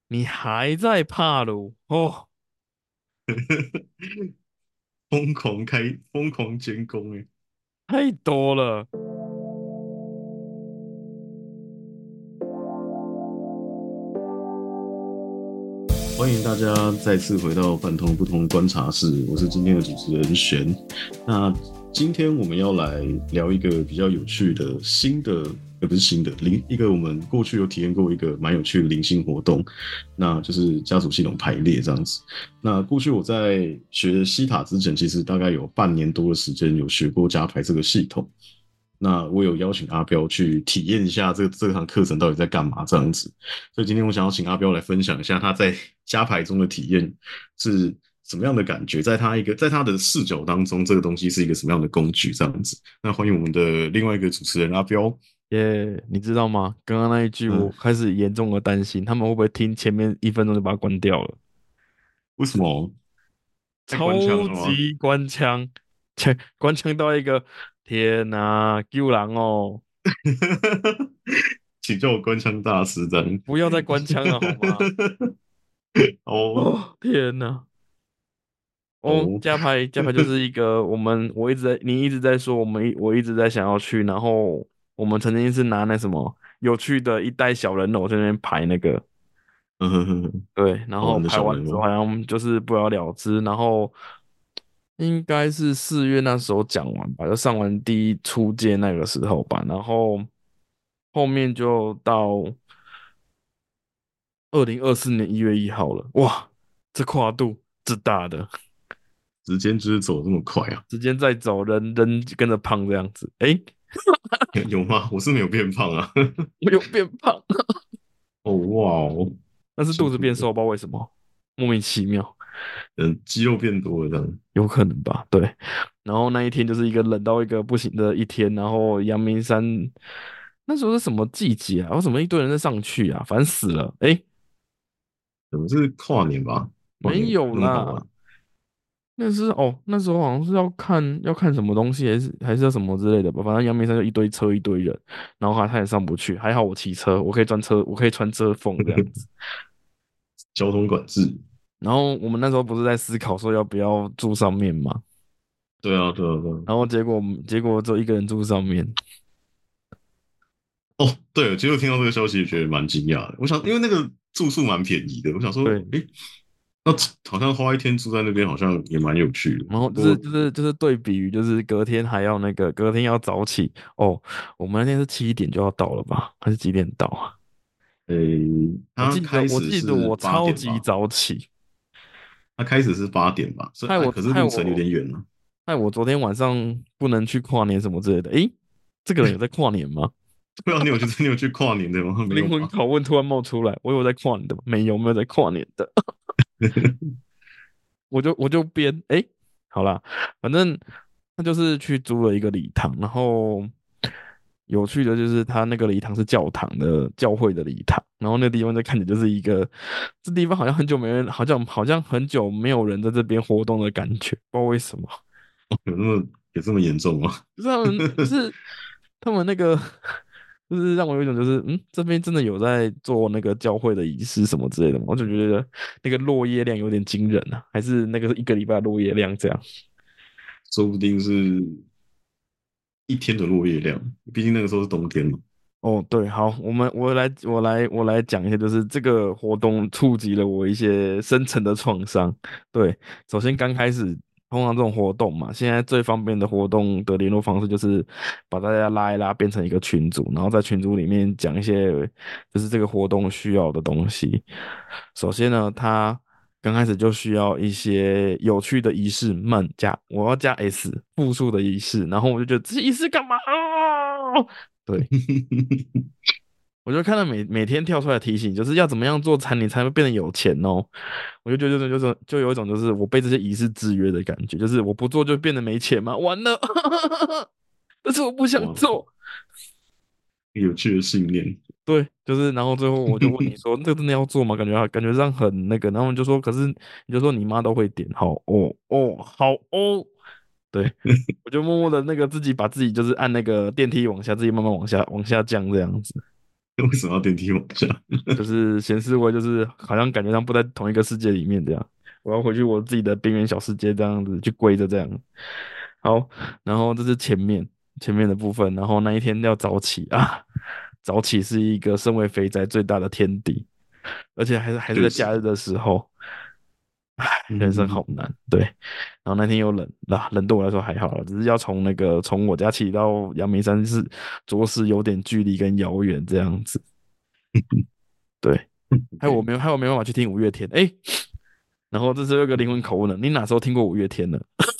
你还在帕鲁哦， 疯狂监工哎！ 太多了。 欢迎大家再次回到饭通不通观察室，我是今天的主持人玄。那今天我们要来聊一个比较有趣的新的，不是新的一个我们过去有体验过一个蛮有趣的灵性活动，那就是家族系统排列这样子。那过去我在学西塔之前，其实大概有半年多的时间有学过家排这个系统。那我有邀请阿彪去体验一下这堂课程到底在干嘛这样子，所以今天我想要请阿彪来分享一下他在加牌中的体验是什么样的感觉，在他的视角当中，这个东西是一个什么样的工具这样子。那欢迎我们的另外一个主持人阿彪。 耶，你知道吗？刚刚那一句我嗯， 开始严重的担心，他们会不会听前面1分钟就把它关掉了？ 为什么太官腔超了吗？ 级官腔，切，官腔到一个天哪，救人哦！ 请叫我官腔大师这样。 不要再官腔了好吗？ 哦哦，天哪！哦， 哦， 加牌就是一个你一直在说我一直在想要去，然后我们曾经是拿那什么有趣的一袋小人偶在那边排那个， 嗯哼哼哼， 对，然后好玩的排完之后小人哦。 好像就是不了了之，然后应该是4月那时候讲完吧，就上完第一初阶那个时候吧，然后后面就到2024年1月1号了，哇，这跨度之大的， 时间就是走这么快啊？ 时间在走，人跟着胖这样子，诶， 有吗？我是没有变胖啊。 我有变胖。 哦哇哦， 但是肚辛苦了。 子变瘦，不知道为什么，莫名其妙， 肌肉变多了这样。 有可能吧？对。然后那一天就是一个冷到一个不行的一天，然后阳明山那时候是什么季节啊？为什么一堆人在上去啊？烦死了！诶， 可能是跨年吧，跨没年有啦， 那么好玩。 那时候好像是要看什么东西，还是要什么之类的吧。反正阳明山就一堆车一堆人，然后他也上不去，还好我骑车，我可以穿遮缝这样子。 交通管制。 然后我们那时候不是在思考说要不要住上面嘛？ 对啊，对啊，对啊。 然后结果只有一个人住上面， 哦，对，其实我听到这个消息也觉得蛮惊讶的。我想，因为那个住宿蛮便宜的，我想说， 对， 诶，那好像花一天住在那边，好像也蛮有趣的。 然后不过， 就是对比于就是隔天要早起哦，我们那天是7点就要到了吧，还是几点到啊？ 诶，他开我始记得我是八超级点吧？ 早起， 他开始是8点吧？所以， 害哎， 我害可是路程有我点远了。 害我昨天晚上不能去跨年什么之类的。诶，这个人有在跨年吗？ 对啊，你有去跨年的吗？没有灵魂吧？ 拷问突然冒出来，我有在跨年的吗？没有在跨年的。我就编好啦，反正他就是去租了一个礼堂，然后有趣的就是他那个礼堂是教会的礼堂，然后那地方就看起来就是一个这地方好像很久没人，好像很久没有人在这边活动的感觉，不知道为什么， 有这么严重吗？ 就是他们那个就是让我有一种就是这边真的有在做那个教会的仪式什么之类的吗？我就觉得那个落叶量有点惊人啊，还是那个是一个礼拜的落叶量这样。 说不定是一天的落叶量，毕竟那个时候是冬天嘛。 哦，对，好，我来讲一下，就是这个活动触及了我一些深层的创伤。对，首先刚开始通常这种活动嘛，现在最方便的活动的联络方式就是把大家拉一拉，变成一个群组，然后在群组里面讲一些就是这个活动需要的东西。首先呢，它刚开始就需要一些有趣的仪式们我要加 S 复数的仪式，然后我就觉得这些仪式干嘛啊？对。我就看到每天跳出来提醒，就是要怎么样做你才会变得有钱哦。我就觉得就有一种就是我被这些仪式制约的感觉，就是我不做就变得没钱吗？完了，但是我不想哇， 做。 有趣的信念。 对，就是然后最后我就问你说，这个真的要做吗？感觉上很那个，然后你就说，可是你就说你妈都会点，好哦哦好哦，对，我就默默的那个自己把自己就是按那个电梯往下，自己慢慢往下降这样子。 为什么要电梯往下？ 就是显示为就是好像感觉上不在同一个世界里面这样。我要回去我自己的边缘小世界这样子去归着这样。好，然后这是前面的部分，然后那一天要早起啊，早起是一个身为肥宅最大的天敌，而且还是确实， 在假日的时候，人生好嗯， 难。对，然后那天又冷，冷对我来说还好了，只是要从我家骑到阳明山是着实有点距离跟遥远这样子。对， OK， 还有没办法去听五月天，哎，然后这是有个灵魂拷问了，你哪时候听过五月天呢？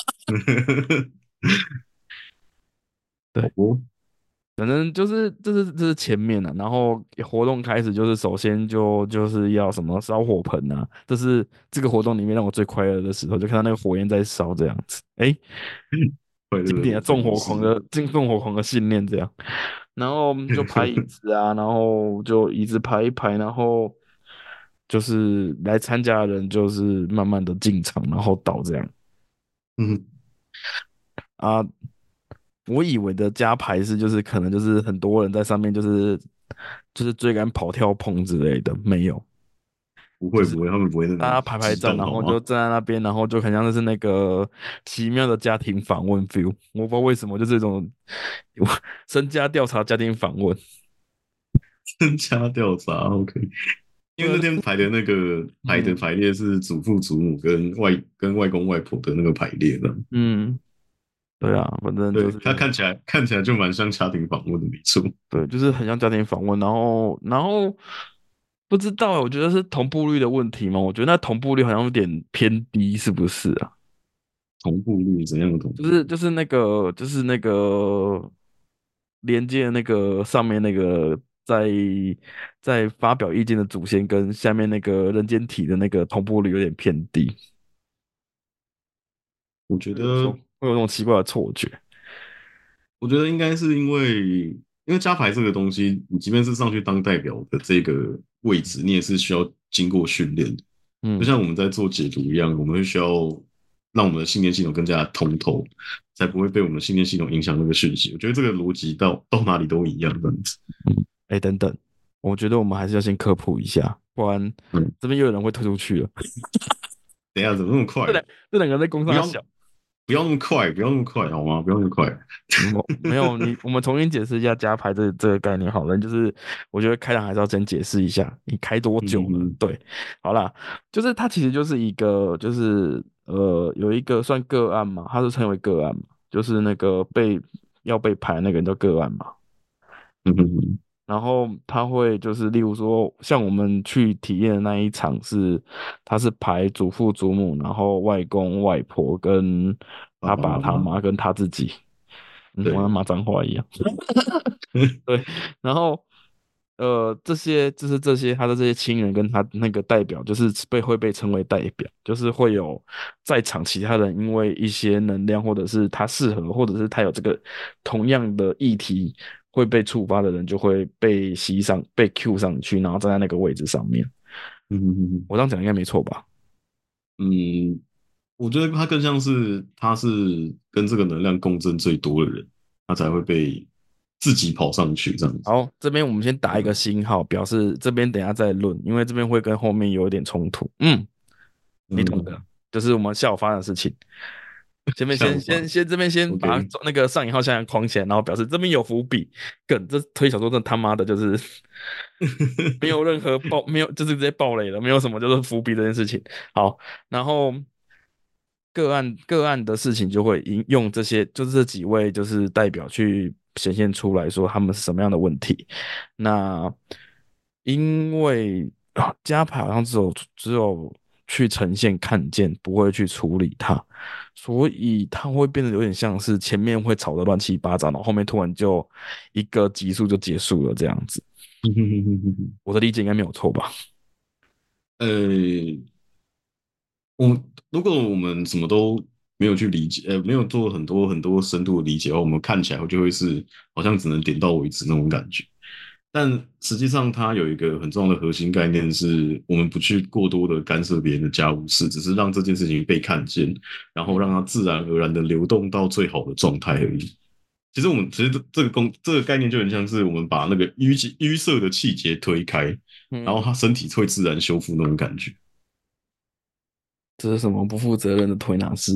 对。 好哦， 反正就是这是前面的，然后活动开始就是首先就是要什么烧火盆啊，这是这个活动里面让我最快乐的时候，就看到那个火焰在烧这样子，哎， 快乐的经典的裸奔仪式， 纵火狂的信念这样，然后就排椅子啊，然后就椅子排一排，然后就是来参加的人就是慢慢的进场，然后倒这样嗯， 啊，我以为的加排是就是可能就是很多人在上面就是追赶跑跳碰之类的，没有，就是不会不会，他们不会那么大家排排站， 激动， 然后就好吗？ 站在那边，然后就很像是那个奇妙的家庭访问 feel，我不知道为什么就这种身家调查家庭访问， 增加调查，OK。因为对啊， 那天排的那个嗯排列是祖父祖母跟外公外婆的那个排列的， 嗯，对啊，反正就对， 是他看起来就蛮像家庭访问的，没错。 对，就是很像家庭访问，然后不知道欸，我觉得是同步率的问题嘛，我觉得那同步率好像有点偏低，是不是啊？ 同步率怎样的同步？ 就是那个连接的那个上面那个在发表意见的祖先跟下面那个人间体的那个同步率有点偏低， 我觉就有时候得， 会有那种奇怪的错觉。 我觉得应该是因为加牌这个东西，你即便是上去当代表的这个位置，你也是需要经过训练的。就嗯， 像我们在做解读一样，我们会需要让我们的信念系统更加通透，才不会被我们的信念系统影响那个讯息。我觉得这个逻辑到哪里都一样，这样子。 哎，等等，我觉得我们还是要先科普一下，不然嗯， 这边又有人会退出去了。 等一下怎么那么快？ 这两个在攻不要上小。 不要那么快，不要那么快，好吗？不要那么快。 没有你，我们重新解释一下加牌这个概念好了。就是我觉得开场还是要先解释一下，你开多嗯久了？ 哼哼， 对，好啦，就是它其实就是一个，就是有一个算个案嘛，它是称为个案嘛，就是那个要被排那个人叫个案嘛。 嗯哼哼， 然后他会就是例如说，像我们去体验的那一场是，他是排祖父祖母，然后外公外婆跟爸他爸爸妈妈， 他妈跟他自己。我像对， 骂脏话一样。对，然后这些他的这些亲人跟他那个代表，就是会被称为代表，就是会有在场其他人因为一些能量，或者是他适合，或者是他有这个同样的议题会被触发的人，就会被吸上被 Q 上去，然后站在那个位置上面。 嗯哼哼哼， 我这样讲应该没错吧？ 嗯，我觉得他更像是他是跟这个能量共振最多的人，他才会被自己跑上去这样子。 好，这边我们先打一个对啊， 星号，表示这边等一下再论，因为这边会跟后面有一点冲突。你懂的， 嗯， 就是我们下午发生的事情。前面下午吧这边先把 ，OK， 那个上引号下来框起来，然后表示这边有伏笔。梗，这推小说真的他妈的就是没有任何没有就是直接爆雷了，没有什么就是伏笔这件事情。好，然后个案的事情就会用这些就是这几位就是代表去显现出来说他们是什么样的问题。那因为加牌好像只有去呈现看见，不会去处理它，所以它会变得有点像是前面会吵得乱七八糟，然后后面突然就一个急速就结束了这样子。我的理解应该没有错吧？ 呃，如果我们什么都没有去理解，没有做很多很多深度的理解的话，我们看起来就会是好像只能点到为止那种感觉。但实际上，它有一个很重要的核心概念，是我们不去过多的干涉别人的家务事，只是让这件事情被看见，然后让嗯， 它自然而然的流动到最好的状态而已。 其实这个概念就很像是我们把那个淤塞的气节推开，然后嗯， 它身体会自然修复那种感觉。 这是什么不负责任的推拿式？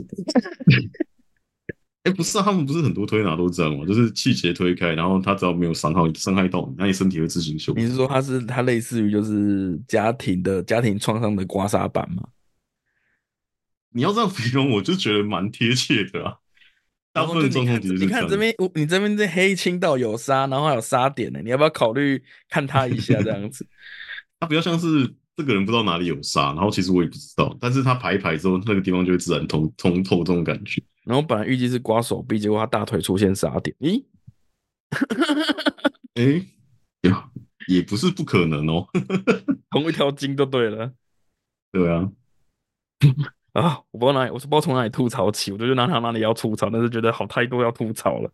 哎，不是啊，他们不是很多推拿都这样吗？就是气节推开，然后它只要没有伤害到你，那你身体会自行修复。 你是说它类似于就是家庭创伤的刮痧板吗？ 你要这样形容，我就觉得蛮贴切的啊。大然后就部分的状况的确你是这样。 看这边，你这边这黑青道有沙，然后还有沙点呢，你要不要考虑看它一下这样子？ 它比较像是这个人不知道哪里有沙，然后其实我也不知道，但是他排一排之后，那个地方就会自然通透这种感觉。 然后本来预计是刮手臂，结果他大腿出现沙点，咦？ 哎，也不是不可能哦。 同一条筋就对了对啊。 啊！我不知道哪里，我是不知道从哪里吐槽起，我就觉得哪里要吐槽，但是觉得好太多要吐槽了。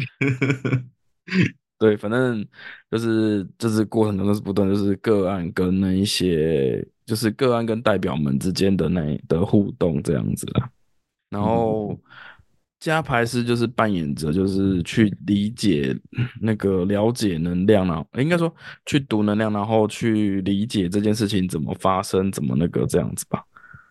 对，反正就是过程中都是不断就是个案跟那一些就是个案跟代表们之间的互动这样子啦。然后加牌师就是扮演着就是去理解那个了解能量啊，应该说去读能量，然后去理解这件事情怎么发生，怎么那个这样子吧。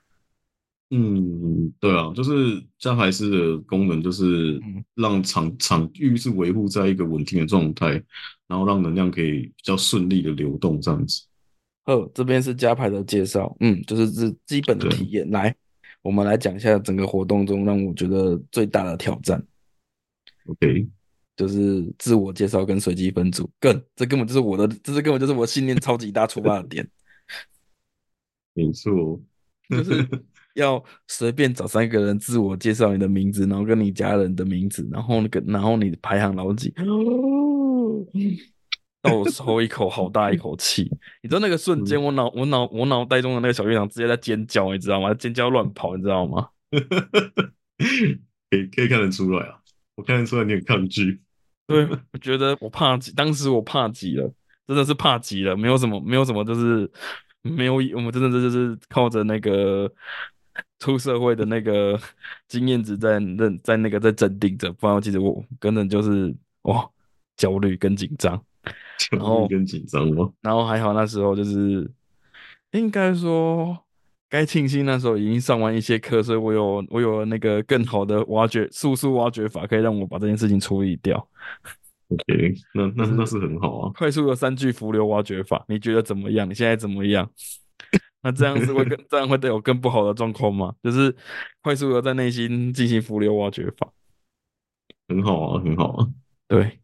嗯，对啊，就是加排师的功能就是嗯， 让场域是维护在一个稳定的状态，然后让能量可以比较顺利的流动这样子。 这边是加牌的介绍，就是这基本的对体验。来，我们来讲一下整个活动中让我觉得最大的挑战， ，OK。 就是自我介绍跟随机分组。这根本就是这根本就是我信念超级大出发的点。 没错。 就是要随便找三个人自我介绍你的名字，然后跟你家人的名字，然后你排行老几，倒抽一口好大一口气，你知道那个瞬间， 嗯。 我脑袋中的那个小院长直接在尖叫，你知道吗？尖叫乱跑，你知道吗？ 可以看得出来啊，我看得出来你很抗拒。 对，我觉得我怕极，当时我怕极了，真的是怕极了，没有什么，就是没有，我们真的就是靠着那个出社会的那个经验值在那个在镇定着，不然其实我根本就是哇焦虑跟紧张， 焦然后虑跟紧张吗？ 还好那时候就是应该说。该庆幸那时候已经上完一些课，所以我有那个更好的速速挖掘法，可以让我把这件事情处理掉。 OK，那就是是很好啊。 快速的三句浮流挖掘法，你觉得怎么样？你现在怎么样？那这样会有更不好的状况吗？就是快速的在内心进行浮流挖掘法， 很好啊，很好啊。 对，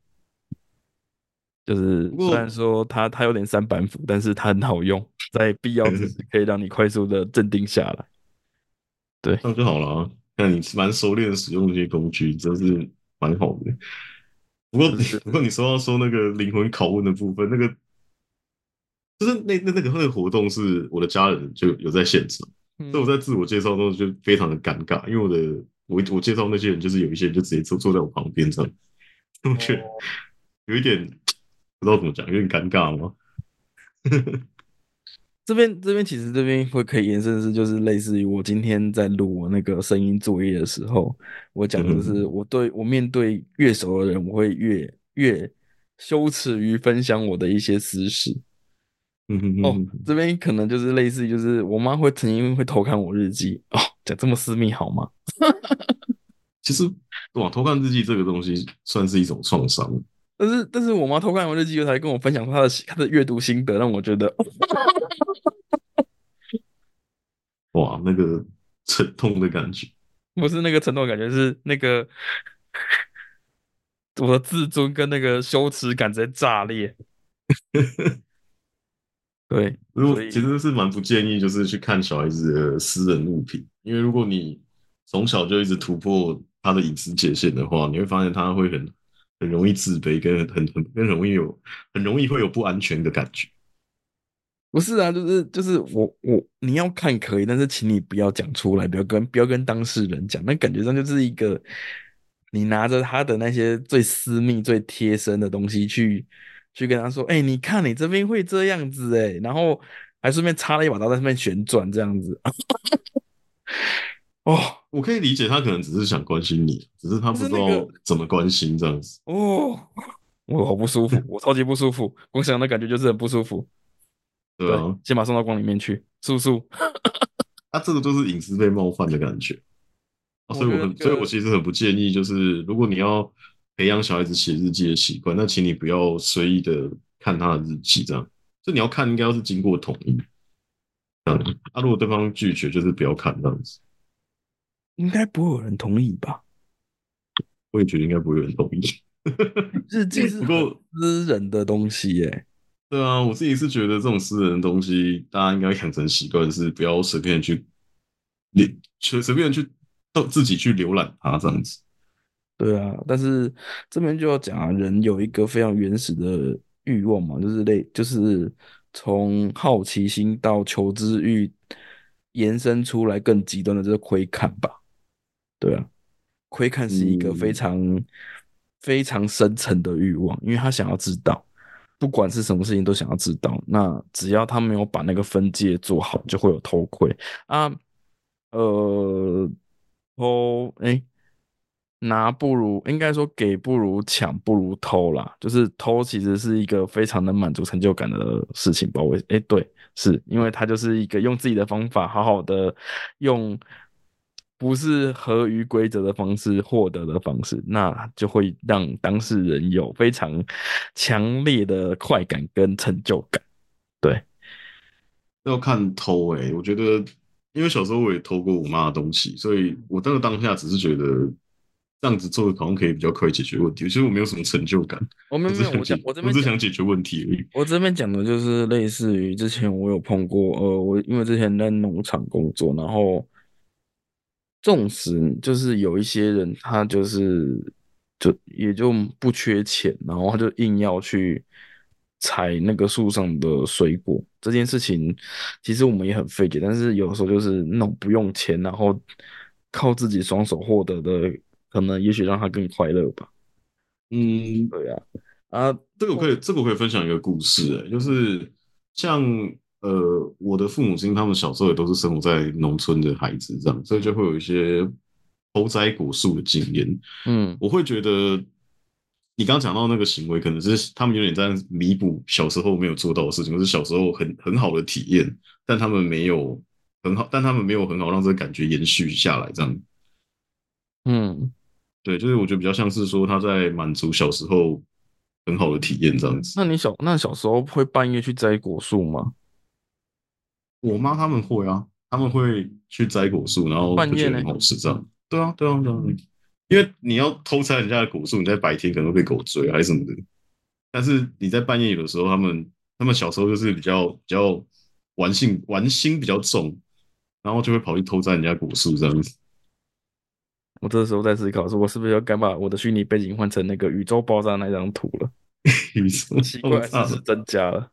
就是虽然不过说它有点三板斧，但是它很好用，在必要之时可以让你快速的镇定下来。对， 这样就好了啊。那你蛮熟练使用这些工具，真是蛮好的。不过你就是不过你说那个灵魂拷问的部分，那个就是那个活动是我的家人就有在现场，所以我嗯在自我介绍的时候就非常的尴尬，因为我介绍那些人就是有一些人就直接坐在我旁边这样，我觉得哦， 有一点不知道怎么讲，有点尴尬吗？ 这边会可以延伸的是，就是类似于我今天在录我那个声音作业的时候，我讲的是我面对越熟的人，我会越羞耻于分享我的一些私事。 嗯哼哼哦， 哼哼。 这边可能就是类似于就是我妈会曾经会偷看我日记哦，讲这么私密好吗？ 其实偷看日记这个东西算是一种创伤。 但是我妈偷看我日记后，才跟我分享她的阅读心得，让我觉得哦， 哇，那个沉痛的感觉。 不是那个沉痛的感觉，是那个我的自尊跟那个羞耻感直接炸裂。对， 如果其所以实是蛮不建议，就是去看小孩子的私人物品，因为如果你从小就一直突破他的隐私界限的话，你会发现他会很容易自卑，很容易会有不安全的感觉。 不是啊，就是你要看可以，但是请你不要讲出来，不要跟当事人讲，那感觉上就是一个你拿着他的那些最私密、最贴身的东西去跟他说，哎、你看你这边会这样子哎、然后还顺便插了一把刀在上面旋转这样子，哦， 我可以理解他可能只是想关心你，只是他就不知道是那个怎么关心这样子。 哦，我好不舒服，我超级不舒服，光想的感觉就是很不舒服。对， 对啊， 先把他送到光里面去，速速。 这个就是隐私被冒犯的感觉啊， 我觉得所以我其实很不建议，就是如果你要培养小孩子写日记的习惯，那请你不要随意的看他的日记，这样，就你要看应该要是经过同意，如果对方拒绝，就是不要看这样子。 应该不会有人同意吧？ 我也觉得应该不会有人同意。 日记是很不过， 私人的东西耶。 对啊，我自己是觉得这种私人的东西，大家应该养成习惯，是不要随便地去，随便地去自己去浏览它这样子。 对啊，但是这边就要讲啊，人有一个非常原始的欲望嘛，就是从好奇心到求知欲延伸出来更极端的，就是窥看吧。对啊，窥看是一个非嗯常非常深层的欲望，因为他想要知道，不管是什么事情都想要知道。那只要他没有把那个分界做好，就会有偷窥啊。呃，拿不如应该说给不如抢不如偷啦，就是偷其实是一个非常能满足成就感的事情吧。对，是因为他就是一个用自己的方法好好的用不是合于规则的方式获得的方式，那就会让当事人有非常强烈的快感跟成就感。对， 要看偷我觉得，因为小时候我也偷过我妈的东西，所以我那个当下只是觉得这样子做好像可以比较快解决问题，其实我没有什么成就感， 没有， 我只是想解决问题而已。 我这边讲的就是类似于之前我有碰过，我因为之前在农场工作，然后纵使就是有一些人他也就不缺钱，然后他就硬要去采那个树上的水果，这件事情其实我们也很费解，但是有时候就是那种不用钱，然后靠自己双手获得的，可能也许让他更快乐吧。 嗯， 对啊，啊， 这个我可以分享一个故事，就是像我的父母亲他们小时候也都是生活在农村的孩子，这样，所以就会有一些偷摘果树的经验。 嗯。 我会觉得你刚刚讲到那个行为，可能是他们有点在弥补小时候没有做到的事情，或是小时候很好的体验，但他们没有但他们没有很好让这个感觉延续下来，这样。 嗯， 对，就是我觉得比较像是说他在满足小时候很好的体验这样子。 那小时候会半夜去摘果树吗？ 我妈他们会啊，他们会去摘果树，然后半夜呢？ 就觉得很好吃这样。对啊，对啊，对啊，因为你要偷摘人家的果树，你在白天可能会被狗追啊还是什么的，但是你在半夜有的时候，他们小时候就是比较玩心比较重，然后就会跑去偷摘人家果树这样子。 我这时候在思考说，我是不是要该把我的虚拟背景换成那个宇宙爆炸那张图了？ 宇宙奇怪的事实爆炸了。 增加了。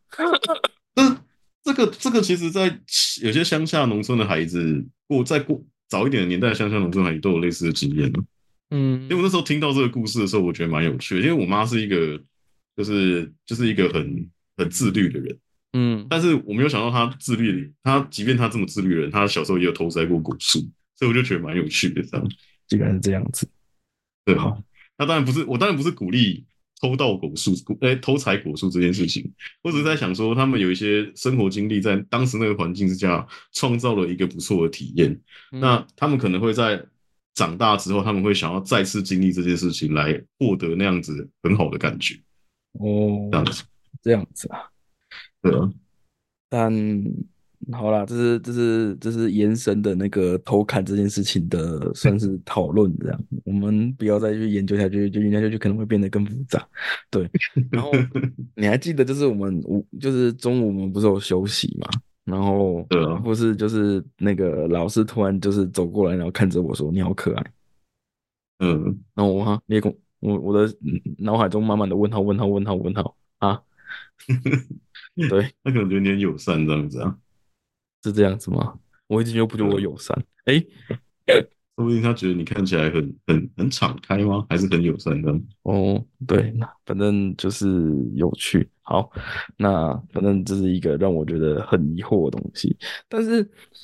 这个其实，在有些乡下农村的孩子，过早一点的年代，乡下农村的孩子都有类似的经验。因为我嗯那时候听到这个故事的时候，我觉得蛮有趣的，因为我妈是一个就是一个很自律的人， 嗯， 但是我没有想到她自律，她即便她这么自律的人，她小时候也有偷摘过果树，所以我就觉得蛮有趣的这样。 竟然是这样子。 对， 好， 我当然不是鼓励偷采果树这件事情，我只是在想说，他们有一些生活经历，在当时那个环境之下，创造了一个不错的体验。 嗯， 那他们可能会在长大之后，他们会想要再次经历这件事情，来获得那样子很好的感觉。这哦， 样子， 这样子啊。 对啊， 但好啦，这是延伸的那个偷看这件事情的算是讨论，这样我们不要再去研究下去，就研究下去可能会变得更复杂。对，然后你还记得就是就是中午我们不是有休息嘛，然后对啊， 不是就是那个老师突然就是走过来，然后看着我说你好可爱， 嗯， 然后我的脑海中满满的问号问号问号问号啊，对， 他可能觉得你很友善这样子啊， 是这样子吗？我一直就不觉得我嗯， 友善。诶， 说不定他觉得你看起来很敞开吗？还是很友善这样？ 哦，对，那反正就是有趣。好，那反正这是一个让我觉得很疑惑的东西。但是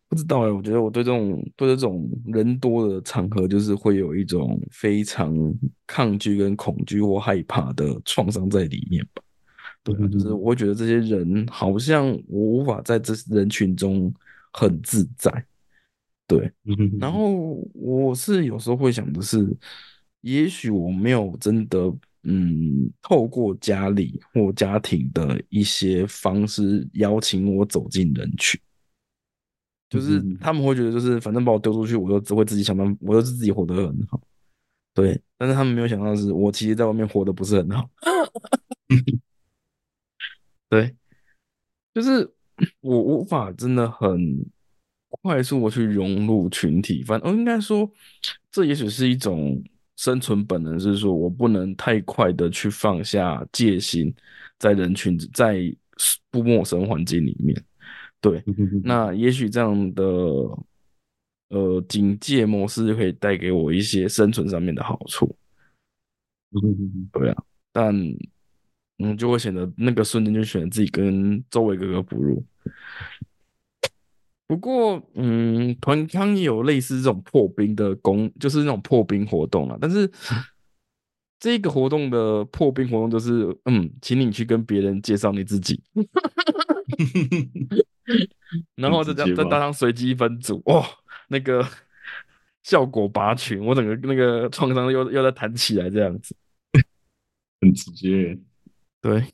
不知道哎，我觉得我对这种人多的场合，就是会有一种非常抗拒、跟恐惧或害怕的创伤在里面吧。对啊，就是我会觉得这些人好像我无法在这人群中很自在。对，然后我是有时候会想的是，也许我没有真的透过家里或家庭的一些方式邀请我走进人群。就是他们会觉得，就是反正把我丢出去，我就只会自己想办法，我就是自己活得很好。对，但是他们没有想到的是，我其实在外面活得不是很好。对，就是我无法真的很快速的去融入群体，应该说，这也许是一种生存本能，是说我不能太快的去放下戒心，在人群在不陌生环境里面。对，那也许这样的警戒模式就可以带给我一些生存上面的好处。对啊，但就会显得那个瞬间就选择自己跟周围格格不入。不过，团康也有类似这种破冰的就是那种破冰活动啊。但是这个活动的破冰活动就是，请你去跟别人介绍你自己，然很后再直接吧， 搭上随机分组，哇，那个效果拔群，我整个那个创伤又在弹起来这样子。 很直接， 对，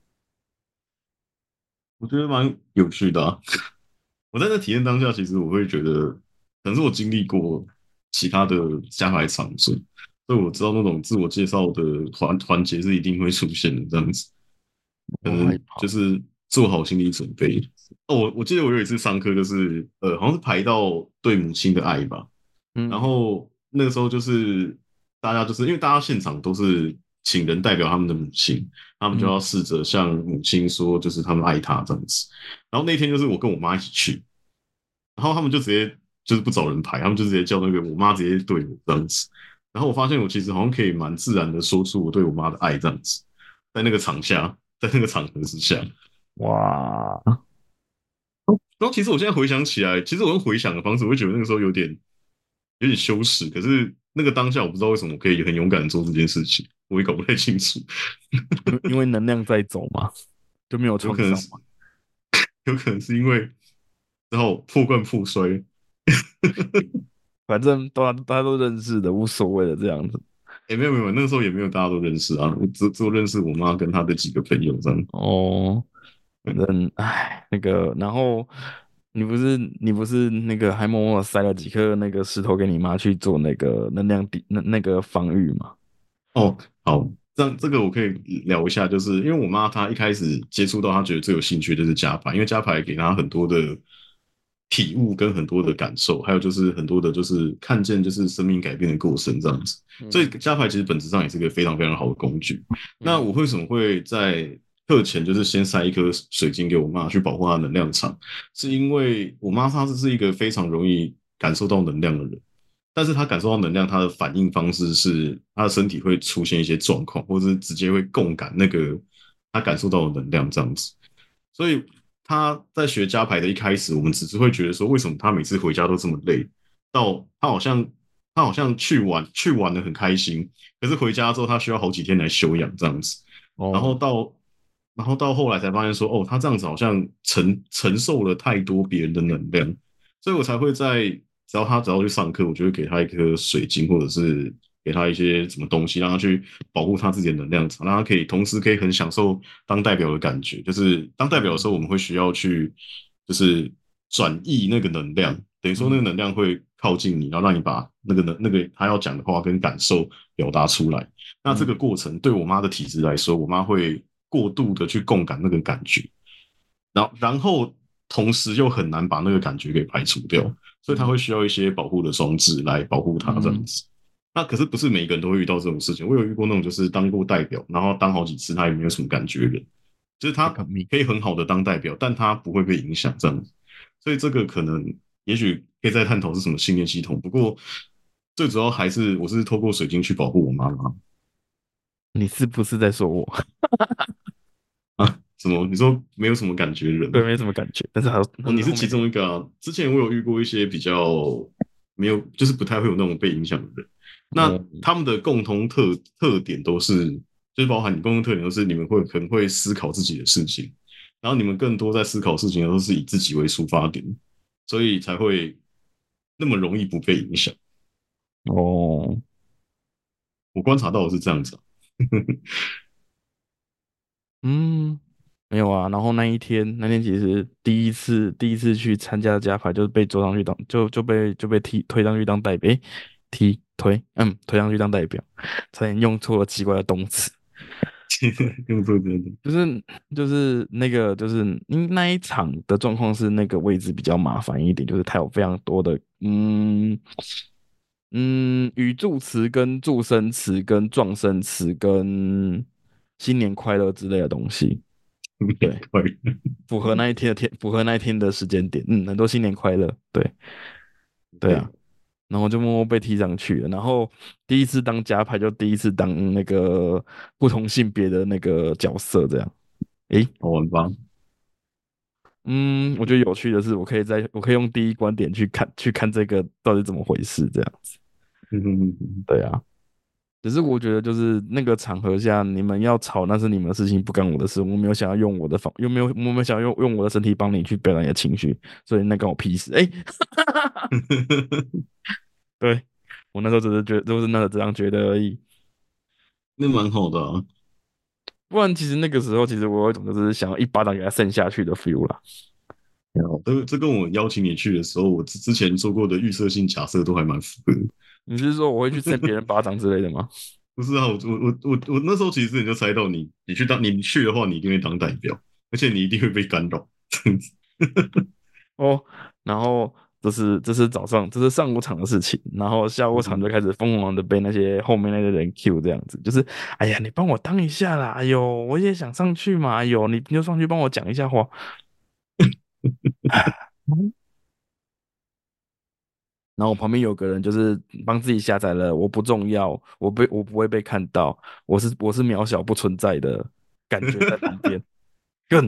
我觉得蛮有趣的啊。我在那体验当下，其实我会觉得，可能是我经历过其他的加牌场所，所以我知道那种自我介绍的环节是一定会出现的，这样子，可我害能就怕。 是做好心理准备。哦，我记得我有一次上课，就是好像是排到对母亲的爱吧，然嗯后那个时候就是大家就是因为大家现场都是请人代表他们的母亲，他们就嗯要试着向母亲说，就是他们爱她这样子。然后那天就是我跟我妈一起去，然后他们就直接就是不找人排，他们就直接叫那个我妈直接对我这样子。然后我发现我其实好像可以蛮自然的说出我对我妈的爱这样子，在那个场下，在那个场合之下。 哇， 然后其实我现在回想起来，其实我用回想的方式，我会觉得那个时候有点羞耻，可是那个当下我不知道为什么我可以很勇敢的做这件事情，我也搞不太清楚， 因为能量在走嘛，就没有有可能是创伤嘛。 有可能是因为然后破罐破摔， 反正大家都认识的，无所谓的这样子。 也没有没有，那个时候也没有大家都认识啊，我只有认识我妈跟她的几个朋友这样。 哦，反嗯正哎，然后你不是那个还默默地塞了几颗那个石头给你妈去做那个能量那个防御嘛？ 哦，好，这个我可以聊一下，就是因为我妈她一开始接触到，她觉得最有兴趣的就是加牌，因为加牌给她很多的体悟跟很多的感受，还有就是很多的就是看见就是生命改变的过程这样子。所以嗯加牌其实本质上也是一个非常非常好的工具。那嗯我为什么会在课前就是先塞一颗水晶给我妈去保护她的能量场？是因为我妈她是一个非常容易感受到能量的人。但是他感受到能量，他的反应方式是他的身体会出现一些状况，或者是直接会共感那个他感受到的能量这样子。所以他在学加牌的一开始，我们只是会觉得说，为什么他每次回家都这么累？到他好像去玩的很开心，可是回家之后他需要好几天来休养这样子。然后哦到然后到后来才发现说，哦，他这样子好像承受了太多别人的能量，所以我才会只要去上课，我就会给他一颗水晶，或者是给他一些什么东西，让他去保护他自己的能量场，让他同时可以很享受当代表的感觉。就是当代表的时候，我们会需要去就是转移那个能量，等于说那个嗯能量会靠近你，然后让你把那个他要讲的话跟感受表达出来。那这个嗯过程对我妈的体质来说，我妈会过度的去共感那个感觉。然后同时又很难把那个感觉给排除掉，所以他会嗯需要一些保护的装置来保护他这样嗯， 子。那可是不是每一个人都会遇到这种事情，我有遇过那种就是当过代表，然后当好几次他也没有什么感觉的人，就是他这个命。 可以很好的当代表，但他不会被影响这样子。所以这个可能也许可以再探讨是什么信念系统，不过最主要还是我是透过水晶去保护我妈妈你是不是在说我？ 什么？你说没有什么感觉的人对， 吗？ 没什么感觉。但是还有， 哦，你是其但是后面中一个啊。之前我有遇过一些比较没有，就是不太会有那种被影响的人。那哦他们的共同特点都是，就是包含你共同特点都是你们可能会思考自己的事情，然后你们更多在思考事情的都是以自己为出发点，所以才会那么容易不被影响。 哦， 我观察到的是这样子啊。 嗯，没有啊。然后那天其实第一次去参加加牌，就是被抓上去当就被推上去当代表，推上去当代表，差点用错了奇怪的动词。对。 用这个就是那一场的状况是那个位置比较麻烦一点，就是它有非常多的语助词跟助声词跟状声词跟新年快乐之类的东西， 有点对， 快。 符合那一天的时间点，很多新年快乐，对对啊， 对， 然后就默默被踢上去了，然后第一次当加牌就第一次当那个不同性别的那个角色，这样，诶， 好玩吧？ 我觉得有趣的是，我可以用第一观点去看这个到底怎么回事，这样子。对啊，只是我觉得就是那个场合下，你们要吵那是你们的事情，不干我的事。我没有想要用我的方，我没有想要用我的身体帮你去表达你的情绪，所以那关我屁事。哎、对，我那时候只是觉得，就是那时候这样觉得而已。 那蛮好的啊。 不然其实那个时候，其实我有一种就是想要一巴掌给他扇下去的 feel 啦。 这跟我邀请你去的时候，我之前做过的预设性假设都还蛮符合的。 你是说我会去扇别人巴掌之类的吗？ 不是啊，我那时候其实你就猜到你去的话，你一定会当代表，而且你一定会被干扰。这样子。 哦，然后这是上午场的事情，然后下午场就嗯， 开始疯狂的被那些后面那些人 Q 这样子，就是哎呀，你帮我当一下啦，哎呦，我也想上去嘛，哎呦，你就上去帮我讲一下话。嗯然后我旁边有个人就是帮自己下载了，我不重要，我不会被看到，我是渺小不存在的感觉在旁边，更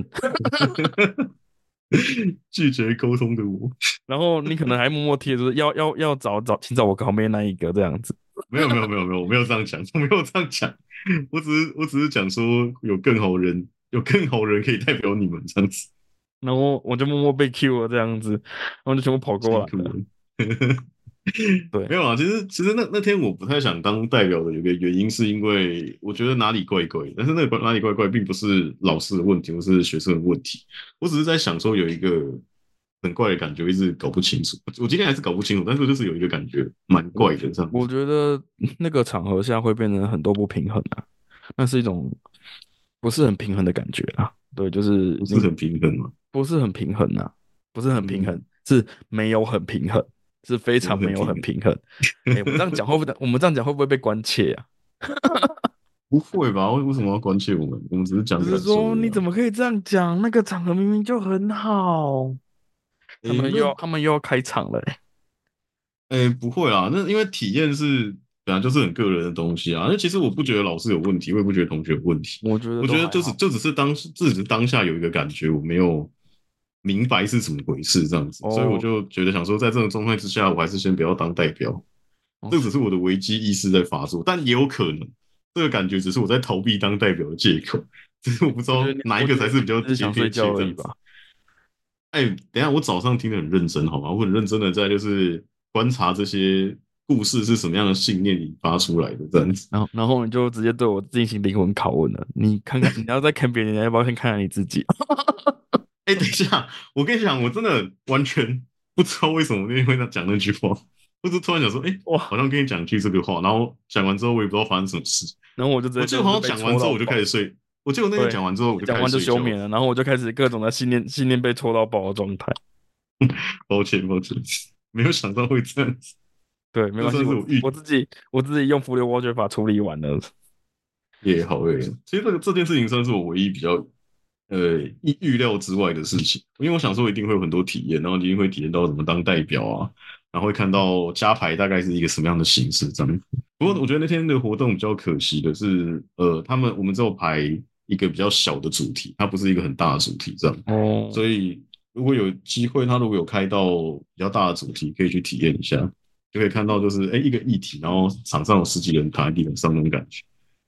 拒绝沟通的我。 然后你可能还默默贴，就是要请找我旁边那一个这样子。 没有，我没有这样讲，我没有这样讲。我只是讲说有更好人可以代表你们这样子。 然后我就默默被 Q 了这样子，然后就全部跑过来了。 辛苦了。 对， 没有啊，其实那天我不太想当代表的有个原因，是因为我觉得哪里怪怪的，但是那个哪里怪怪，并不是老师的问题，或是学生的问题，我只是在想说有一个很怪的感觉，一直搞不清楚。我今天还是搞不清楚，但是就是有一个感觉蛮怪的这样子。 我觉得那个场合下会变成很多不平衡啊，那是一种不是很平衡的感觉啊。对，就是你不是很平衡嘛。 不是很平衡啊，不是很平衡， 嗯， 是没有很平衡，是非没有常没有很平衡。 很平衡。哎，我们这样讲会不会被关切啊？ 不会吧？为什么要关切我们？我们只是讲感受只是说而已啊。 你怎么可以这样讲？那个场合明明就很好， 诶， 他们又要开场了欸。 不会啊，那因为体验是本来就是很个人的东西啊。那其实我不觉得老师有问题，我也不觉得同学有问题。 我觉得我觉得都还好。 就只是当下有一个感觉，我没有明白是怎么回事这样子，所以我哦就觉得想说，在这种状态之下，我还是先不要当代表。 哦是这只是我的危机意识在发作，但也有可能这个感觉只是我在逃避当代表的借口。只是我不知道哪一个我觉得你才是比较只是想睡贴切这样子。 觉而已吧。 哎，等一下，我早上听得很认真，好吗？我很认真的在就是观察这些故事是什么样的信念引发出来的，这样子。 然后你就直接对我进行灵魂拷问了。你看看，你要再看别人，你要不要先看看你自己？ 哎，等一下，我跟你讲，我真的完全不知道为什么那天会讲那句话，我就突然想说，哎，好哇！ 像跟你讲句这个话，然后讲完之后，我也不知道发生什么事。 然后我就直我记得好像接真的是被讲完之后我就开戳到爆。 始睡，我记得我那天对， 讲完之后我就开始讲完就睡觉了。 休眠了，然后我就开始各种的信念被戳到爆的状态。 抱歉，没有想到会这样子。 对，没这关系， 算是我预我自己用浮流挖掘法处理完了。 也好诶。其实这件事情算是我唯一比较预料之外的事情，因为我想说一定会有很多体验，然后一定会体验到怎么当代表啊，然后会看到加牌大概是一个什么样的形式这样。不过我嗯， 觉得那天的活动比较可惜的是，我们只有排一个比较小的主题，它不是一个很大的主题这样。 哦， 所以如果有机会，他如果有开到比较大的主题，可以去体验一下，就可以看到就是一个议题，然后场上有十几人躺在地板上那种感觉。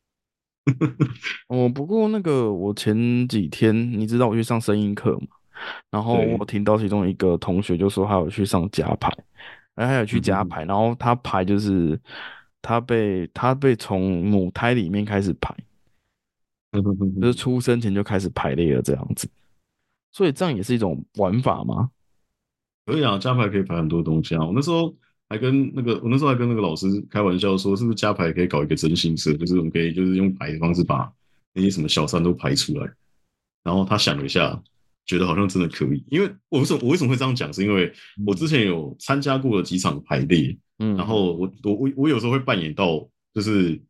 哦，不过那个我前几天你知道我去上声音课嘛，然后我对， 有听到其中一个同学就说他有去上加排，然后他有去嗯哼哼， 加排，然后他排就是他被从母胎里面开始排， 嗯哼哼就是哼， 出生前就开始排列了这样子，所以这样也是一种玩法吗？ 可以啊，加牌可以排很多东西啊。我那时候还跟那个老师开玩笑说，是不是加牌可以搞一个真心社，就是我们可以就是用牌的方式把那些什么小三都排出来。然后他想了一下，觉得好像真的可以。因为我为什么会这样讲，是因为我之嗯前有参加过了几场排列，然嗯后我有时候会扮演到，就是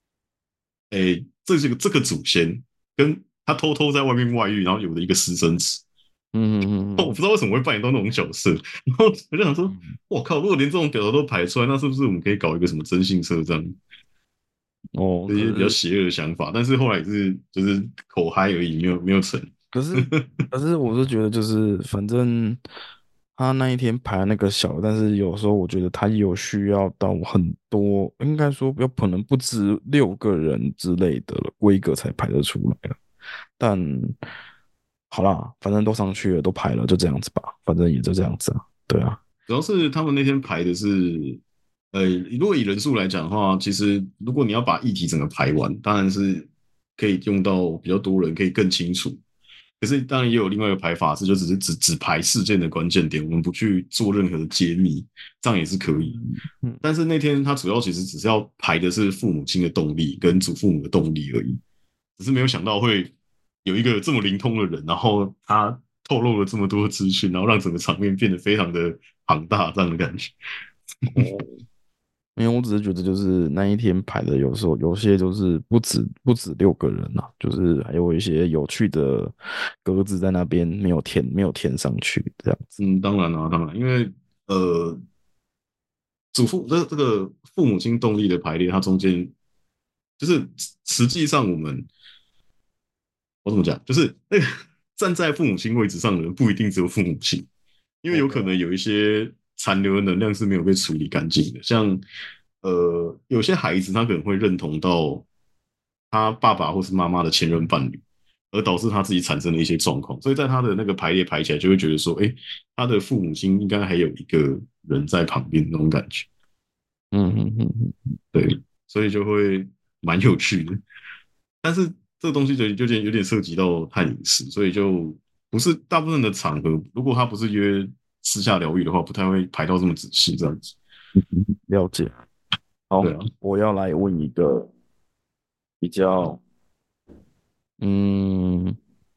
这个祖先跟他偷偷在外面外遇，然后有的一个私生子。我不嗯嗯知道为什么会扮演到那种角色，然后我就想说， 嗯， 我靠，如果连这种屌头都排出来，那是不是我们可以搞一个什么征信社这样？ 哦， 这些比较邪恶的想法，但是后来也是就是口嗨而已，没有成。 可是可是我是觉得就是反正他那一天排那个小，但是有时候我觉得他有需要到很多，应该说有可能不止6个人之类的了规格才排得出来了。但好啦，反正都上去了，都排了，就这样子吧，反正也就这样子啊。对啊， 主要是他们那天排的是，如果以人数来讲的话，其实如果你要把议题整个排完，当然是可以用到比较多人，可以更清楚。可是当然也有另外一个排法是，就只是只排事件的关键点，我们不去做任何的揭秘，这样也是可以。 嗯嗯但是那天他主要其实只是要排的是父母亲的动力跟祖父母的动力而已，只是没有想到会有一个这么灵通的人，然后他透露了这么多资讯，然后让整个场面变得非常的庞大，这样的感觉。 哦，因为我只是觉得就是那一天排的，有时候有些就是不止6个人呐、就是还有一些有趣的格子在那边没有填上去这样子。 嗯，当然啦、当然，因为呃，这个父母亲动力的排列，它中间就是实际上我怎么讲，就是那个站在父母亲位置上的人不一定只有父母亲，因为有可能哦， 有一些残留的能量是没有被处理干净的，像有些孩子他可能会认同到他爸爸或是妈妈的前任伴侣，而导致他自己产生了一些状况，所以在他的那个排列排起来，就会觉得说，他的父母亲应该还有一个人在旁边那种感觉， 嗯嗯嗯嗯， 对，所以就会蛮有趣的。但是这个东西就有点涉及到太隐私，所以就不是大部分的场合，如果他不是约私下疗愈的话，不太会排到这么仔细这样子。 了解。好， 对啊， 我要来问一个比较嗯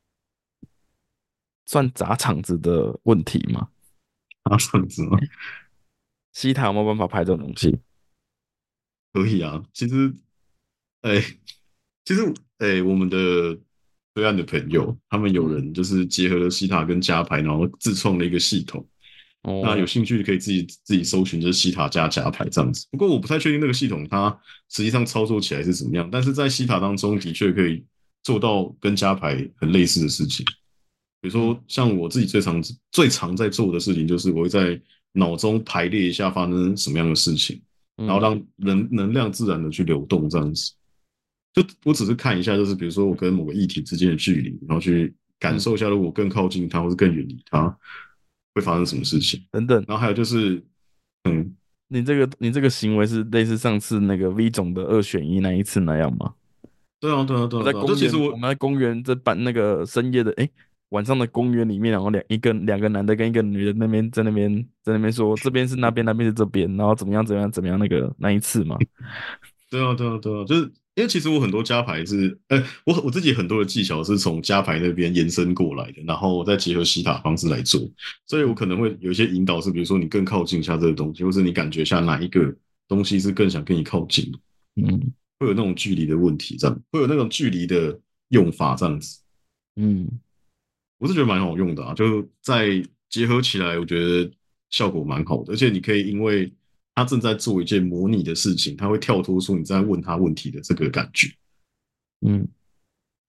算砸场子的问题吗？ 他这样子吗？ 西塔有没有办法拍这种东西？ 可以啊。哎，其实我们的对岸的朋友，他们有嗯， 人就是结合了西塔跟加牌，然后自创了一个系统。那有哦， 兴趣可以自己搜寻，就是西塔加加牌这样子。不过我不太确定那个系统它实际上操作起来是怎么样，但是在西塔当中的确可以做到跟加牌很类似的事情。比如嗯说，像我自己最常在做的事情，就是我会在脑中排列一下发生什么样的事情，然后嗯让能量自然的去流动，这样子。就我只是看一下，就是比如说我跟某个议题之间的距离，然后去感嗯， 受一下，如果更靠近它或是更远离它，会发生什么事情。 等等， 然后还有就是，嗯， 你这个行为是类似上次那个 V 总的2选1那一次那样吗？ 对啊，对啊，对啊，对啊，就其实我们在公园这办那个深夜的，晚上的公园里面，然后两个男的跟一个女的在那边说这边是那边，那边是这边，然后怎么样怎么样怎么样那一次嘛。 对啊，对啊，对啊，就是因为其实我很多加牌是，我自己很多的技巧是从加牌那边延伸过来的，然后再结合西塔方式来做，所以我可能会有一些引导是，比如说你更靠近一下这个东西，或是你感觉一下哪一个东西是更想跟你靠近的， 嗯会有那种距离的问题，这样会有那种距离的用法这样子， 嗯我是觉得蛮好用的啊，就再结合起来，我觉得效果蛮好的，而且你可以因为他正在做一件模拟的事情，他会跳脱出你在问他问题的这个感觉。 嗯， 对啊，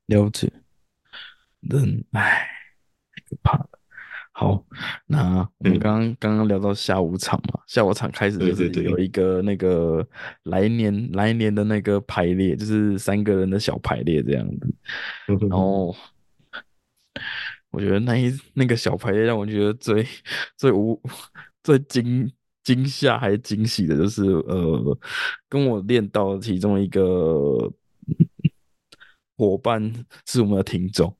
了解。人，唉，太可怕了。好，那我们嗯， 刚刚聊到下午场嘛，下午场开始就是对对对， 有一个那个来年的那个排列，就是3个人的小排列这样子。然后我觉得那个小排列让我觉得最无最惊吓还是惊喜的，就是跟我练到的其中一个伙伴是我们的听众。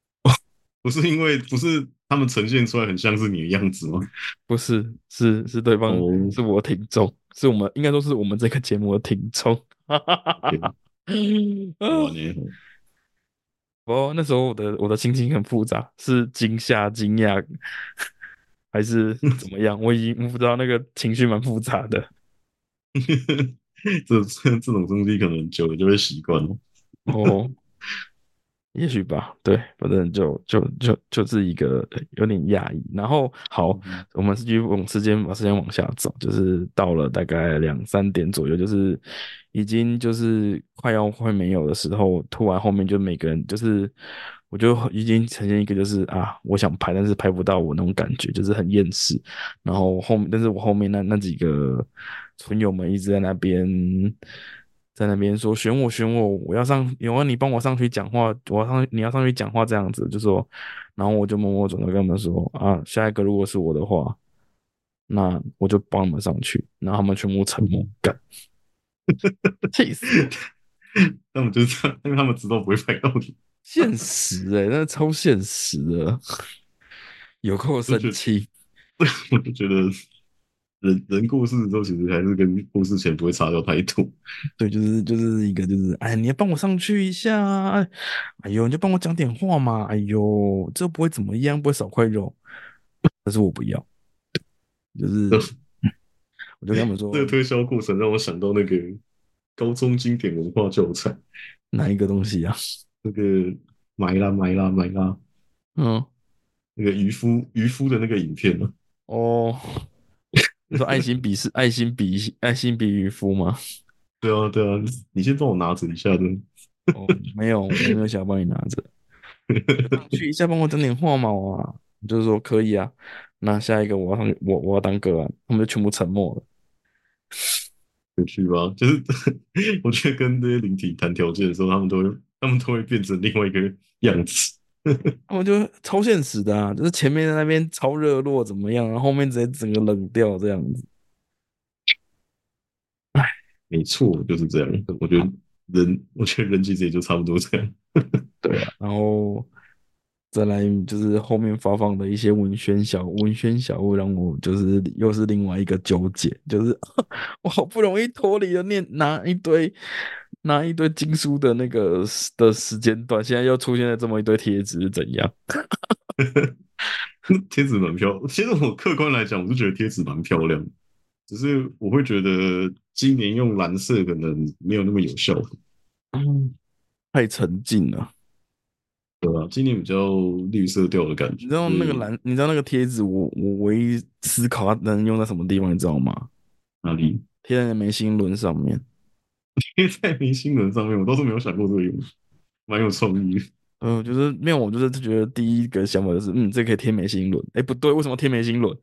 不是他们呈现出来很像是你的样子吗？ 不是，是对方哦是我听众，是我们应该说是我们这个节目的听众。哈哈哈哈 ，OK， 哈。啊， 哇呢， 不过那时候我的心情很复杂，是惊吓、惊讶，还是怎么样？我不知道，那个情绪蛮复杂的。 这种东西可能久了就会习惯了。 哦，也许吧，对，反正就是一个有点压抑。然后好， 嗯我们是继续把时间往下走，就是到了大概2、3点左右，就是已经就是快没有的时候，突然后面就每个人就是我就已经呈现一个就是啊，我想拍，但是拍不到我那种感觉，就是很厌世。然后但是我后面那几个村友们一直在那边说选我，我要上，有啊，你帮我上去讲话，你要上去讲话这样子，就说，然后我就默默转头跟他们说啊，下一个如果是我的话，那我就帮你们上去，然后他们全部沉默， 嗯， 干，气死， 他们就是这样，因为他们知道不会拍到你， 现实那超现实的，有够就觉得生气。 我就觉得人过世之后，其实还是跟过世前不会差到太多。 对，就是一个哎，你要帮我上去一下啊，哎呦，你就帮我讲点话嘛，哎呦，这不会怎么样，不会少块肉，但是我不要，就是我就跟他们说这个推销过程让我想到那个高中经典文化教材， 哪一个东西啊？ 那个买啦买啦买啦， 嗯， 那个渔夫的那个影片啊。 哦，你说爱心比渔夫吗？ 对啊对啊，你先帮我拿着一下的。 哦，没有，我没有想要帮你拿着，上去一下帮我讲点话嘛，我就是说可以啊。那下一个我要上去，我要当个案，他们就全部沉默了。 有趣吧？就是我觉得跟这些灵体谈条件的时候，他们都会变成另外一个样子。 他们就超现实的啊，就是前面在那边超热络怎么样，然后后面直接整个冷掉这样子。哎， 没错，就是这样。我觉得我觉得人其实也就差不多这样。 对啊，然后再来就是后面发放的一些文宣小物，让我就是又是另外一个纠结，就是我好不容易脱离了拿一堆经书的那个时间段，现在又出现了这么一堆贴纸，是怎样？ 贴纸蛮漂亮，其实我客观来讲，我是觉得贴纸蛮漂亮的，只是我会觉得今年用蓝色可能没有那么有效， 嗯，太沉浸了。 对吧？今年比较绿色调的感觉，所以你知道那个贴纸，我唯一思考它能用在什么地方，你知道吗？ 哪里贴在你的眉心轮上面。 贴在明星人上面，我倒是没有想过这个用途，蛮有创意的。 就是没有，我就是觉得第一个想法就是，这可以贴眉心轮。哎，不对，为什么贴眉心轮？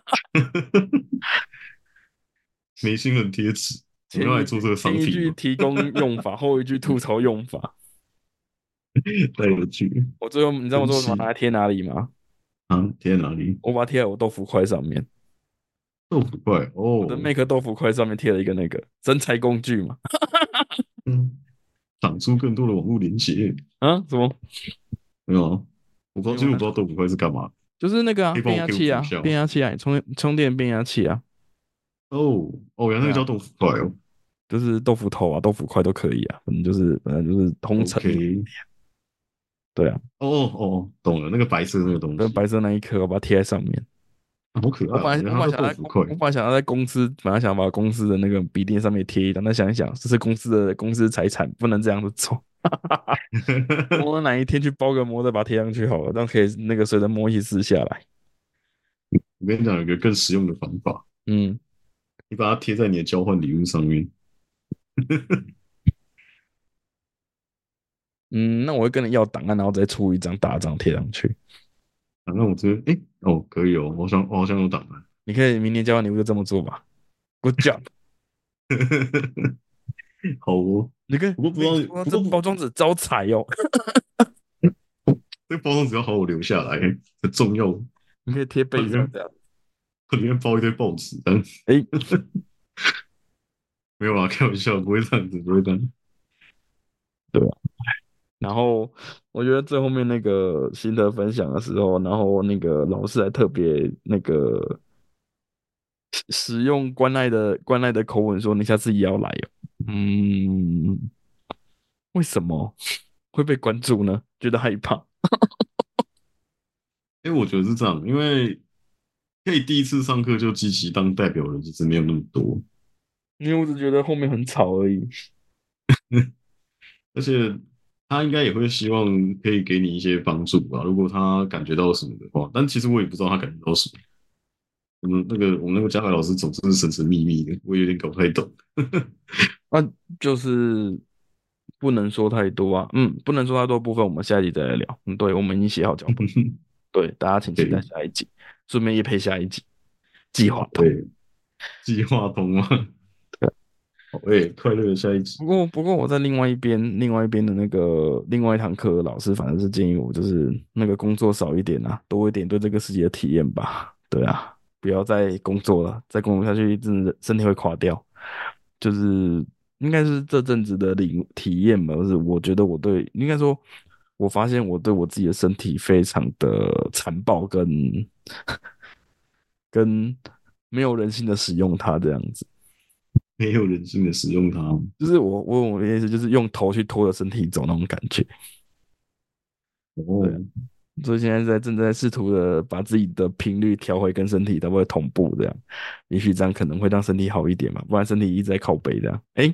明星人贴纸，我们要来做这个前一商品吗？ 句提供用法，后一句吐槽用法。 太有趣， 我最后，你知道我最后把它神奇贴哪里吗？ 啊！贴在哪里？ 我把它贴在我豆腐块上面。 豆腐块我的哦， Make 豆腐块上面贴了一个那个真材工具嘛。 嗯，长出更多的网络连接， 啊，什么？ 没有啊？其实我不知没有啊， 道豆腐块是干嘛， 就是那个啊，变可以帮我给我压器啊， 图一下吗？ 变压器啊，充电变压器啊。 哦哦，原来那对啊， 个叫豆腐块哦。 就是豆腐头啊、豆腐块都可以啊，反正就是通称名。 OK， 对啊， 哦哦，懂了，那个白色的那个东西， 跟白色那一颗，我把它贴在上面。 好可爱哦。原来它叫豆腐块。 我本来想要在公司，本来想把公司的那个笔电上面贴一张，但想一想，这是公司财产，不能这样子做。我哪一天去包个膜再把它贴上去好了，这样可以那个随着膜一起撕下来。 我跟你讲，有一个更实用的方法， 嗯， 你把它贴在你的交换礼物上面。 嗯，那我会跟你要档案，然后再出一张大张贴上去。 啊，那我这边，哦，可以哦，我好像有档案。 你可以明年交换礼物就这么做吧。Good job！ 好哦， 你跟不过不知道， 我跟你说，这不过不， 包装纸招财哦。 这个包装只要好好留下来，很重要。 你可以贴它里面背上这样。 它里面包一堆报纸，但诶， 没有啦，开玩笑，不会这样子，不会这样。 对吧？然后我觉得最后面那个心得分享的时候，然后那个老师还特别那个使用关爱的口吻说："你下次也要来哦。"嗯，为什么会被关注呢？觉得害怕。 我觉得是这样，因为可以第一次上课就积极当代表的，其实没有那么多。 因为我只觉得后面很吵而已。 而且他应该也会希望可以给你一些帮助吧，如果他感觉到什么的话。但其实我也不知道他感觉到什么。我们那个加海老师总是神神秘秘的，我有点搞不太懂。 那就是不能说太多啊，不能说太多部分，我们下一集再来聊。对，我们已经写好脚本，对，大家请期待对下一集，顺便也配下一集计划通。 对，计划通吗？好，快乐的下一集。 不过我在另外一边的那个另外一堂课，老师反正是建议我，就是那个工作少一点啊，多一点对这个世界的体验吧。对啊，不要再工作了，再工作下去真的身体会垮掉。就是应该是这阵子的体验吧，就是我觉得应该说，我发现我对我自己的身体非常的残暴跟没有人性的使用它这样子。 没有人性的使用它。 就是我的意思就是用头去拖着身体走那种感觉。对啊， 哦， 所以现在正在试图的把自己的频率调回跟身体差不多同步，这样，也许这样可能会让身体好一点嘛，不然身体一直在靠背这样。哎，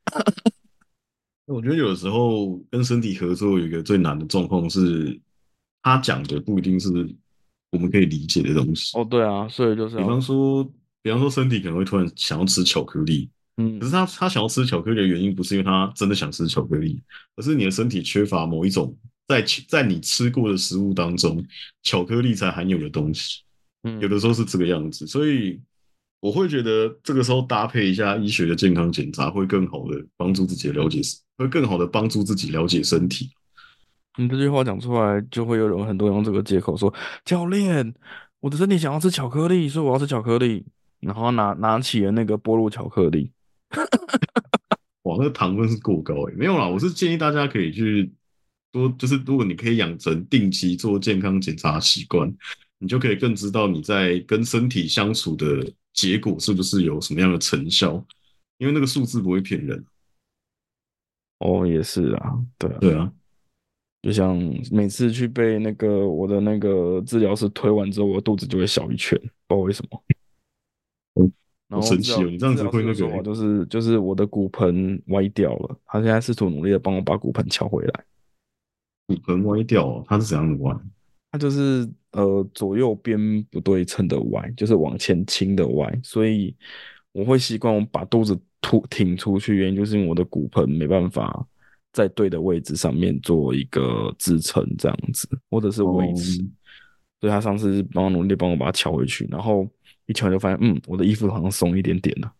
我觉得有的时候跟身体合作有一个最难的状况是，他讲的不一定是我们可以理解的东西。 哦对啊，所以就是比要， 方说，比方说身体可能会突然想要吃巧克力，可嗯是他想要吃巧克力的原因不是因为他真的想吃巧克力，而是你的身体缺乏某一种在你吃过的食物当中，巧克力才含有的东西。有嗯。 的时候是这个样子，所以我会觉得这个时候搭配一下医学的健康检查，会更好的帮助自己了解，会更好的帮助自己了解身体。 你这句话讲出来，就会有人很多人用这个借口说：“教练，我的身体想要吃巧克力，所以我要吃巧克力。”然后拿起了那个波露巧克力。 哇，那个糖分是过高诶，没有啦，我是建议大家可以去多，就是如果你可以养成定期做健康检查的习惯，你就可以更知道你在跟身体相处的结果是不是有什么样的成效，因为那个数字不会骗人。 哦，也是啊，对啊， 对啊， 就像每次去被我的那个治疗师推完之后，我肚子就会小一圈，不知道为什么。 哦， 然好后治疗神奇哦，你这样治疗师子会那个诶， 的说法就是我的骨盆歪掉了，他现在试图努力的帮我把骨盆敲回来。 骨盆歪掉哦，它是怎样的歪？ 它就是左右边不对称的歪，就是往前倾的歪，所以我会习惯我把肚子挺出去，原因就是因为我的骨盆没办法在对的位置上面做一个支撑这样子，或者是维哦， 持。所以他上次是努力帮我把它敲回去，然后一敲就发现，我的衣服好像松一点点了。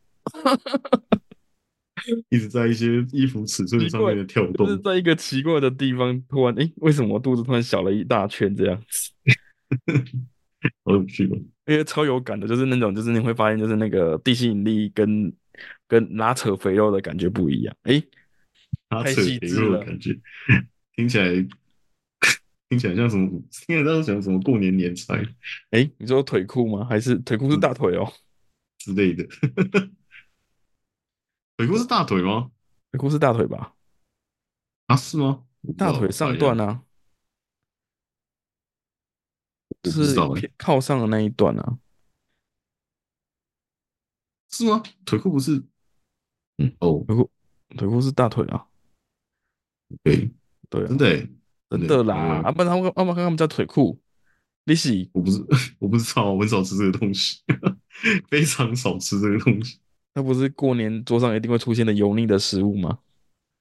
一直在一些衣服尺寸奇怪， 上面的跳动， 就是在一个奇怪的地方，突然，为什么我肚子突然小了一大圈这样子？ 好有趣哦。 因为超有感的，就是那种，就是你会发现，就是那个地心引力跟拉扯肥肉的感觉不一样。太细拉扯肥致了。 肉的感觉，听起来听起来像什么？听起来像什么过年年菜你说腿裤吗？还是腿裤是大腿哦？ 之类的。腿裤是大腿吗？ 腿裤是大腿吧？ 啊，是吗？我不知道， 大腿我查一下。 上段啊， 我不知是道哎， 偏靠上的那一段啊。 是吗？腿裤不是？ 嗯， 哦， 腿裤是大腿啊。 对， 对啊， 真的哎，真真的， 的啦。不然他们叫腿裤，你是我不是我不知道，我很少吃这个东西，非常少吃这个东西。 那不是过年桌上一定会出现的油腻的食物吗？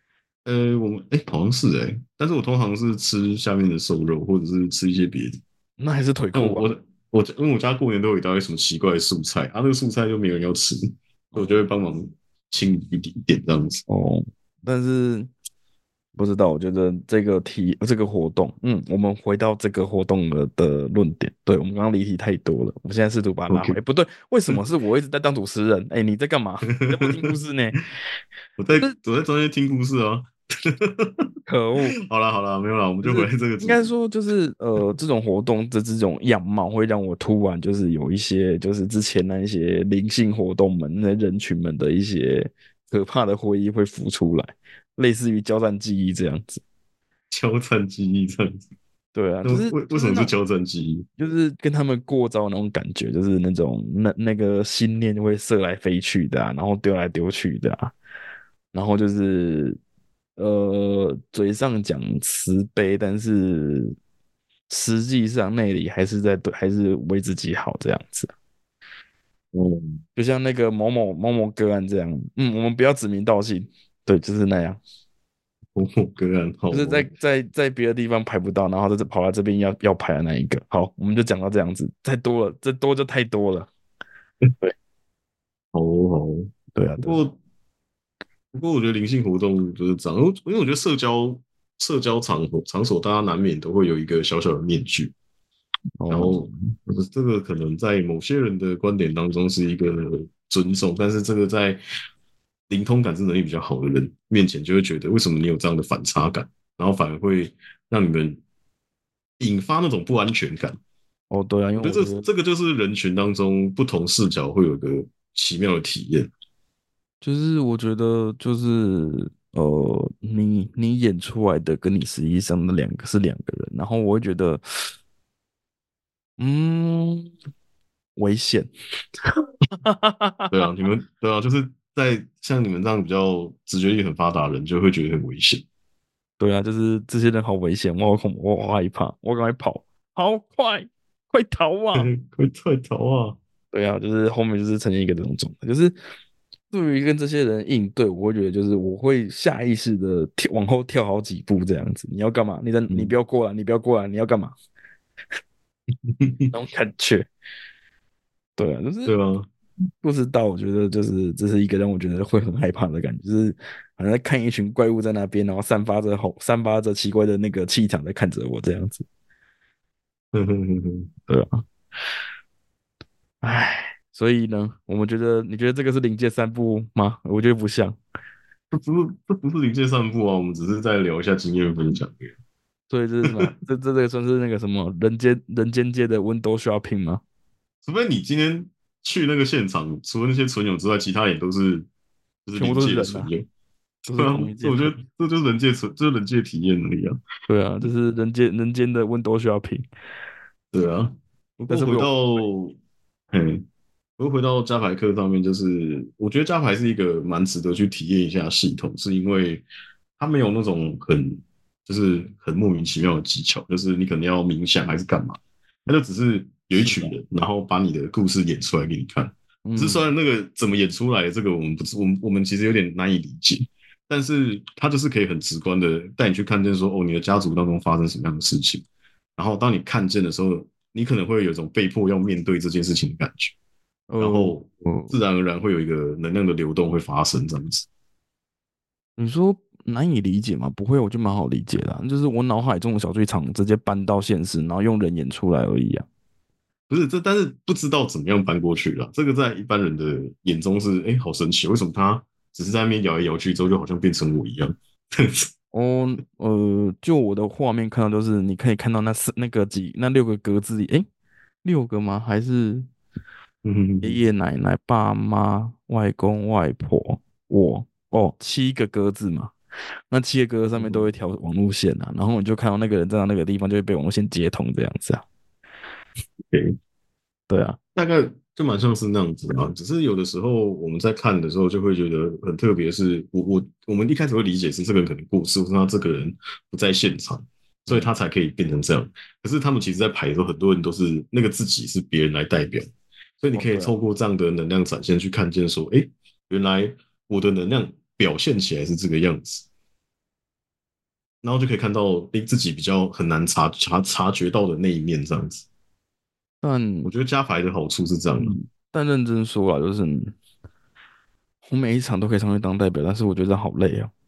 我们好像是但是我通常是吃下面的瘦肉，或者是吃一些别的。 那还是腿但裤啊。 因为我家过年都有一大堆什么奇怪的素菜啊，那个素菜就没有人要吃，所以我就会帮忙清理一点这样子。 哦，但是不知道，我觉得这个活动，我们回到这个活动的论点，对，我们刚刚离题太多了，我现在试图把它拉回， OK， 不对，为什么是我一直在当主持人？哎，你在干嘛？你在不听故事呢？ 我在中间听故事啊。 可恶！ 好啦，没有啦，我们就是就回来这个主题。 应该说，就是这种活动的这种样貌，会让我突然就是有一些，就是之前那一些灵性活动们、那人群们的一些可怕的回忆会浮出来，类似于交战记忆这样子。 交战记忆这样子。 对啊， 那为什么是交战记忆？ 就是跟他们过招那种感觉，就是那种那个心念会射来飞去的啊，然后丢来丢去的啊，然后就是嘴上讲慈悲，但是实际上内里还是在对，还是为自己好这样子。 嗯， 就像那个某某某某个案这样，我们不要指名道姓，对，就是那样。 某某个案好就是哦。 在别的地方排不到，然后在跑到这边要排的那一个。好，我们就讲到这样子，太多了，这多就太多了。对好哦好哦。 对啊，对， 不过我觉得灵性活动就是这样，因为我觉得社交场所，大家难免都会有一个小小的面具，然哦， 后这个可能在某些人的观点当中是一个尊重，但是这个在灵通感知能力比较好的人面前，就会觉得为什么你有这样的反差感，然后反而会让你们引发那种不安全感。 哦，对啊，因我觉得为我觉得这个就是人群当中不同视角会有个奇妙的体验。 我觉得你演出来的跟你实际上的两个是两个人，然后我会觉得嗯危险。 对啊，对啊，就是在像你们这样比较直觉力很发达的人，就会觉得很危险。 对啊，就是这些人好危险，我好恐，我好害怕，我赶快跑，好快，快逃啊！ 快逃啊！ 对啊，就是后面就是呈现一个这种状态，就是对于跟这些人应对，我会觉得就是我会下意识的往后跳好几步这样子。你要干嘛？你不嗯， 要过来，你不要过来，你要干嘛？那种感觉。对啊，就是对啊， 不知道，我觉得就是这是一个让我觉得会很害怕的感觉，就是好像在看一群怪物在那边，然后散发着奇怪的那个气场在看着我这样子。对啊，唉，所以呢，你觉得这个是临界散步吗？我觉得不像。 这不是临界散步啊，我们只是在聊一下经验分享而已。 所以这是什么？这个算是那个什么人间界的 window shopping 吗？ 除非你今天去那个现场，除了那些存友之外，其他也都是就是全部临都是人啊， 界的存友。 都是对啊， 同一件的。 所以我觉得这就是人界体验而已啊。 对啊，这是人间的 window shopping。 对啊，不但是我有， 过嘿，回到加牌课上面，就是我觉得加牌是一个蛮值得去体验一下的系统，是因为它没有那种很莫名其妙的技巧，就是你可能要冥想还是干嘛，它就只是有一是啊， 群人，然后把你的故事演出来给你看。只是虽嗯， 然那个怎么演出来的，这个我们不是我们其实有点难以理解，但是它就是可以很直观的带你去看见说，哦，你的家族当中发生什么样的事情，然后当你看见的时候，你可能会有一种被迫要面对这件事情的感觉。然呃， 后自然而然会有一个能量的流动会发生，这样子。 你说难以理解吗？不会，我就蛮好理解的啊，就是我脑海中的小剧场直接搬到现实，然后用人演出来而已啊。 不是这，但是不知道怎么样搬过去了。这个在一般人的眼中是，哎，好神奇，为什么他只是在那边摇来摇去之后，就好像变成我一样？这样子。 哦，就我的画面看到，就是你可以看到那六个格子里，诶，六个吗？还是爷嗯爷奶奶、爸妈、外公外婆，我哦，七个格子嘛。那七个格子上面都会嗯条网路线啊，然后你就看到那个人站到那个地方，就会被网路线接通这样子啊。 ，OK， 对啊， 大概就蛮像是那样子啊。只是有的时候我们在看的时候，就会觉得很特别是，我们一开始会理解是这个人可能过世，或者他这个人不在现场，所以嗯， 他才可以变成这样。可是他们其实在排的时候，很多人都是那个自己是别人来代表。所以你哦，对啊， 可以透过这样的能量展现去看见说，哎，原来我的能量表现起来是这个样子。 然后就可以看到自己比较很难察觉到的那一面，这样子。 但我觉得加牌的好处是这样的， 但认真说啊，就是我每一场都可以上去当代表，但是我觉得好累啊。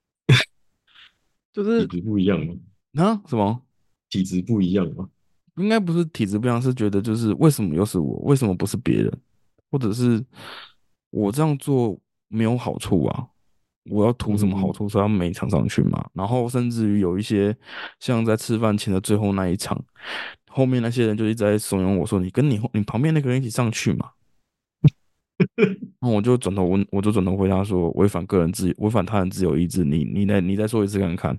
就是体质不一样嘛， 什么？ 体质不一样嘛。 应该不是体质不一样，是觉得就是为什么又是我，为什么不是别人，或者是我这样做没有好处啊？我要图什么好嗯哼哼， 处？所以要每一场上去嘛？然后甚至于有一些像在吃饭前的最后那一场，后面那些人就一直在怂恿我说：“你跟你旁边那个人一起上去嘛。”然后我就转头回答说：“违反个人自由，违反他人自由意志，你再说一次看看。”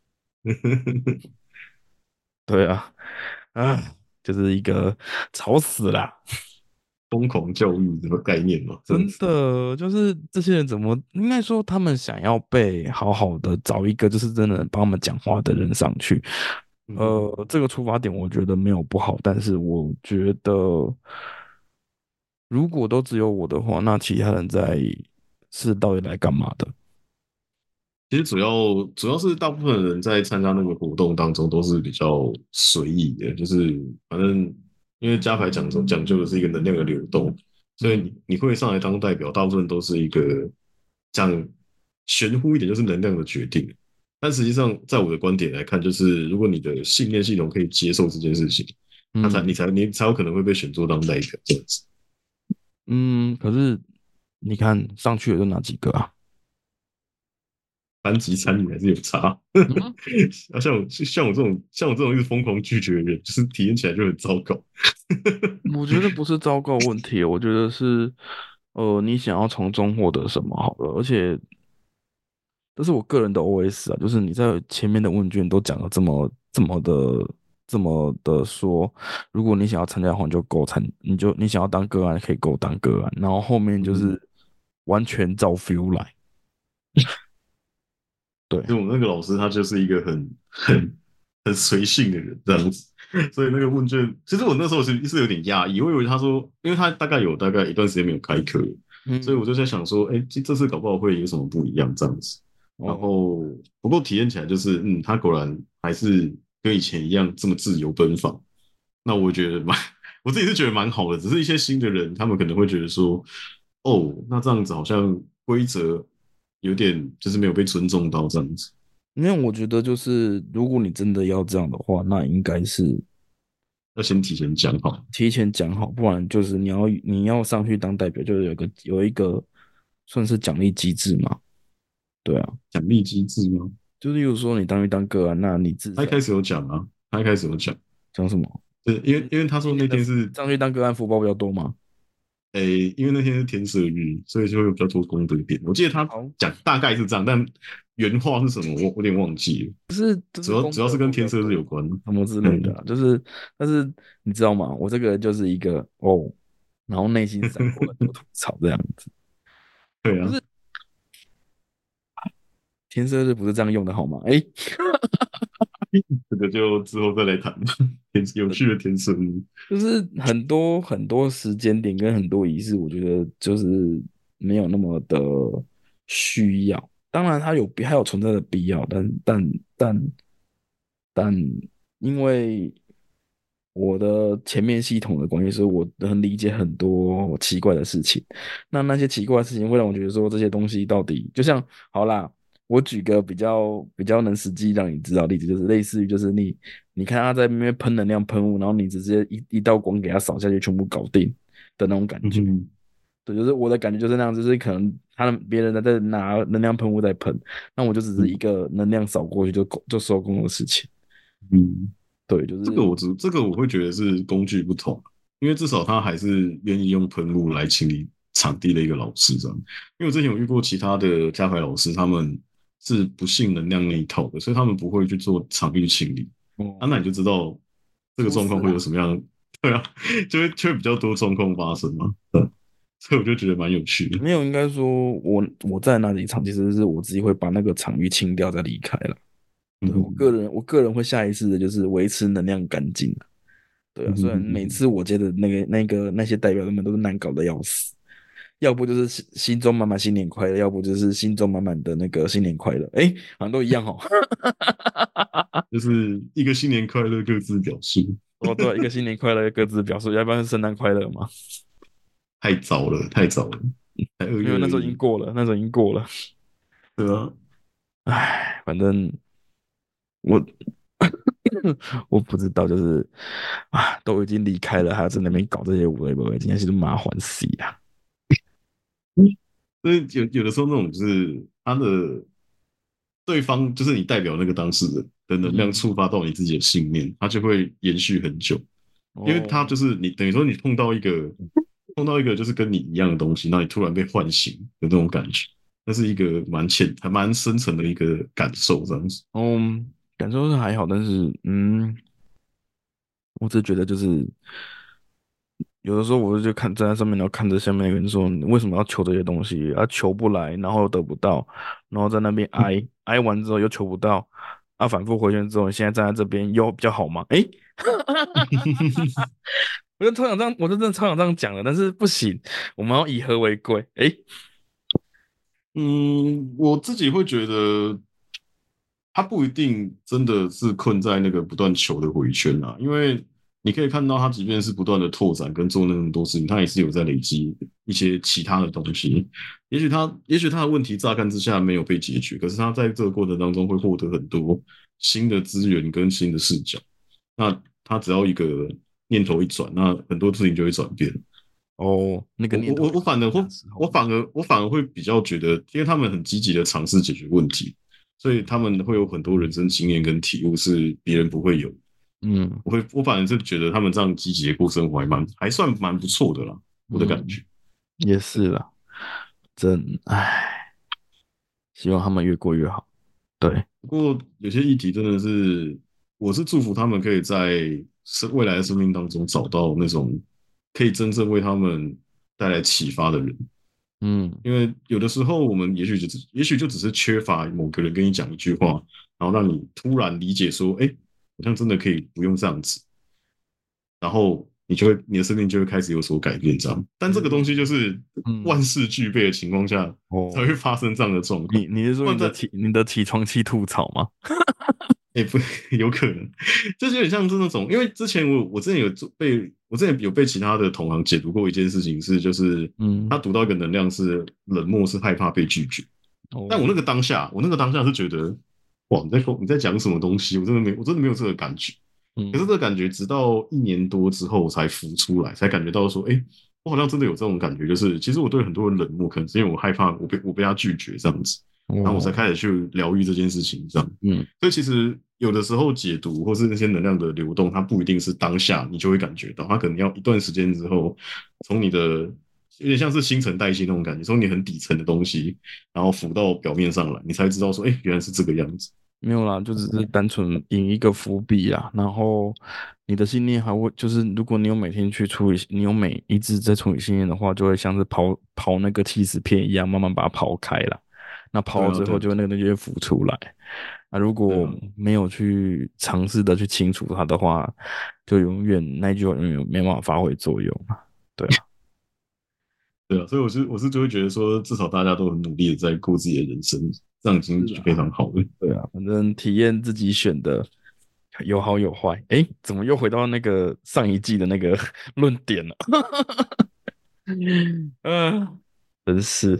对啊，就是一个吵死啦。 疯狂教育这个概念嘛，这样真子。 的就是这些人怎么应该说他们想要被好好的找一个就是真的能帮他们讲话的人上去。 嗯哼哼， 这个出发点我觉得没有不好，但是我觉得如果都只有我的话，那其他人是到底来干嘛的？ 其实主要是大部分人在参加那个活动当中都是比较随意的，就是反正因为加牌讲究的是一个能量的流动，所以嗯你会上来当代表，大部分都是一个讲玄乎一点，就是能量的决定。但实际上，在我的观点来看，就是如果你的信念系统可以接受这件事情， 嗯你才有可能会被选做当代表这样子。 嗯，可是你看上去的就哪几个啊？ 班级参与还是有差。 嗯， 像我这种一直疯狂拒绝的人，就是体验起来就很糟糕。 我觉得不是糟糕问题，我觉得是你想要从中获得什么好了，而且这是我个人的 OS 啊，就是你在前面的问卷都讲了这么的说，如果你想要参加的话，你就够参，你想要当个案可以够当个案，然后后面就嗯， 是完全照 feel 来，对， 就我们那个老师，他就是一个很随性的人，这样子。所以那个问卷，其实我那时候是有点压抑，我以为他说，因为他大概一段时间没有开课，所以嗯， 我就在想说，哎，这次搞不好会有什么不一样这样子。然哦， 后不过体验起来就是，他果然还是跟以前一样这么自由奔放。那我觉得我自己是觉得蛮好的，只是一些新的人，他们可能会觉得说，哦，那这样子好像规则有点就是没有被尊重到这样子。 因为我觉得就是如果你真的要这样的话，那应该是要先提前讲好提前讲好，不然就是你要上去当代表，就是有一个算是奖励机制嘛，对啊。 奖励机制吗？ 就是例如说你当个案，那你至少他一开始有讲啊，他一开始有讲， 讲什么？ 对，因为他说今年的那天是上去当个案福报比较多吗？ 因为那天是天赦日，所以就会有比较多功德点。我记得他好， 讲大概是这样，但原话是什么我有点忘记了。 就是主要是跟功德会比天赦日较多嘛， 有关。 什么之类的嗯， 啊但是你知道吗？我这个人就是一个然后内心闪过很多吐槽这样子。 对啊， 不是天赦日不是这样用的好吗？哎， 这个就之后再来谈。有趣的天赦日。 就是很多很多时间点跟很多仪式，我觉得就是没有那么的需要。当然，它有存在的必要，但但因为我的前面系统的关系，所以我很理解很多奇怪的事情。那些奇怪的事情会让我觉得说这些东西到底就像好啦，我举个比较能实际让你知道的例子，就是类似于就是你看他在那边喷能量喷雾，然后你直接一道光给他扫下去，全部搞定的那种感觉。 嗯哼， 对，就是我的感觉就是那样，就是可能别人在拿能量喷雾在喷，那我就只是一嗯个能量扫过去就收工的事情。 嗯。 对，就是这个我会觉得是工具不同，因为至少他还是愿意用喷雾来清理场地的一个老师这样。因为我之前有遇过其他的加牌老师，他们是不信能量那一套的，所以他们不会去做场域清理。啊， 哦， 那你就知道这个状况会有出事啦。 什么样，对啊，就会比较多状况发生嘛。所以我就觉得蛮有趣的。 没有，应该说我在那里场，其实是我自己会把那个场域清掉再离开了。对，我个嗯哼， 人我个人会下意识的就是维持能量干净啊。对啊， 嗯虽然哼嗯哼， 每次我接的那些代表他们都是难搞的要死， 要不就是心中满满新年快乐，要不就是心中满满的那个新年快乐。哎，好像都一样哦。 就是一个新年快乐各自表述。 哦，对，一个新年快乐各自表述，要不然是圣诞快乐嘛。 太早了，太早了，才二没有，那时候已经月而已。 过了，那时候已经过了。 对啊， 唉，反正我我不知道，就是啊，都已经离开了，还要在那边搞这些无为不为，今天是麻烦死呀。 所以有的时候那种就是他的对方，就是你代表那个当事人的能量嗯， 触发到你自己的信念，它就会延续很久。因为它哦， 就是你等于说你碰到一个就是跟你一样的东西，然后你突然被唤醒的那种感觉，那是一个还蛮深层的一个感受，这样子。 嗯，感受是还好，但是我只是觉得就是有的时候我就看站在上面，然后看着下面那个人说，你为什么要求这些东西？啊，求不来，然后又得不到，然后在那边挨，挨完之后又求不到，啊，反复回旋之后，你现在站在这边又比较好吗？诶，我就超想这样，我就真的超想这样讲的，但是不行，我们要以和为贵。诶， 嗯，我自己会觉得他不一定真的是困在那个不断求的回圈啊，因为你可以看到他即便是不断的拓展跟做那么多事情，他也是有在累积一些其他的东西。也许他的问题乍看之下没有被解决，可是他在这个过程当中会获得很多新的资源跟新的视角。那他只要一个念头一转，那很多事情就会转变。 哦，那个我我念头是我我反而会， 啥时候？ 我反而会比较觉得，因为他们很积极的尝试解决问题，所以他们会有很多人生经验跟体悟是别人不会有。 嗯我反而是觉得他们这样积极的过生活还算蛮不错的啦，我的感嗯， 觉。 也是啦，真唉，希望他们越过越好。对， 不过有些议题真的是，我是祝福他们可以在未来的生命当中找到那种可以真正为他们带来启发的人。 嗯因为有的时候我们也许就只是缺乏某个人跟你讲一句话，然后让你突然理解说，哎，好像真的可以不用这样子，然后你的生命就会开始有所改变这样。但这个东西就嗯是万嗯， 事俱备的情况下才哦， 会发生这样的状况， 你是说不然在你的起床气吐槽吗？ 也不有可能，就是有点像是那种，因为我之前有被其他的同行解读过一件事情是，就是他嗯， 读到一个能量是冷漠，是害怕被拒绝。但哦， 我那个当下是觉得，哇，你在讲什么东西？我真的没有这个感觉。可是这嗯个感觉直到1年多之后才浮出来，才感觉到说，哎，我好像真的有这种感觉，就是其实我对很多人冷漠，可能是因为我害怕我被他拒绝这样子，然后我才哦， 开始去疗愈这件事情这样。 嗯所以其实有的时候解读或是那些能量的流动，它不一定是当下你就会感觉到，它可能要一段时间之后，从你的有点像是新陈代谢那种感觉，从你很底层的东西，然后浮到表面上来，你才知道说，哎，原来是这个样子。 没有啦，就只是单纯引一个伏笔啦。然后你的信念还会，就是如果你有每天去处理，你有每一直在处理信念的话，就会像是刨那个起司片一样，慢慢把它刨开了。那刨对啊， 到最后， 对啊， 就会那个东西就会浮出来。那如果对啊， 没有去尝试的去清除它的话，就永远那句话永远没办法发挥作用嘛。对啊， 对啊，所以我是就会觉得说，至少大家都很努力的在过自己的人生，这样已经非是啊， 常好了。 对啊，反正体验自己选的有好有坏。诶，怎么又回到那个上一季的那个论点了？嗯，真是。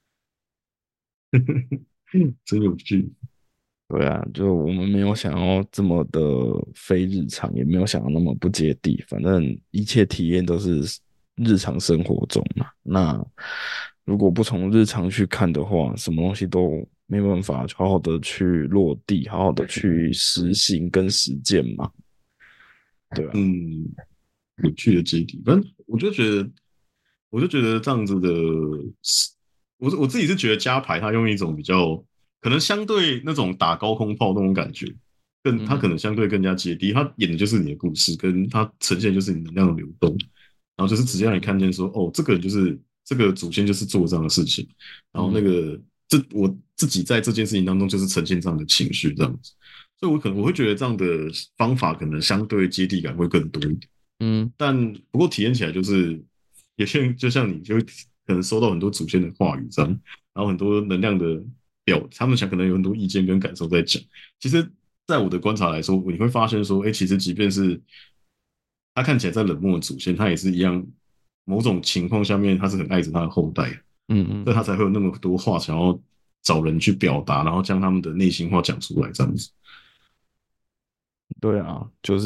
真有趣。 对啊，就我们没有想要这么的非日常，也没有想要那么不接地，反正一切体验都是日常生活中嘛。那如果不从日常去看的话，什么东西都没办法好好的去落地，好好的去实行跟实践嘛。对啊， 嗯，有趣的接地。反正我就觉得这样子的，我自己是觉得加牌他用一种比较可能相对那种打高空炮那种感觉，他可嗯能相对更加接地，他演的就是你的故事，跟他呈现就是你能量的流动，然后就是直接让你看见说，哦，这个人就是这个祖先就是做这样的事情，然后那嗯个我自己在这件事情当中就是呈现这样的情绪这样子，所以我会觉得这样的方法可能相对接地感会更多一点。 嗯但不过体验起来就是有些人就像你就可能收到很多祖先的话语这样，然后很多能量的他们想可能有很多意见跟感受在讲。其实，在我的观察来说，你会发现说，哎，其实即便是他看起来在冷漠的祖先，他也是一样，某种情况下面他是很爱着他的后代， 嗯嗯嗯， 所以他才会有那么多话想要找人去表达，然后将他们的内心话讲出来这样子。 对啊，就是，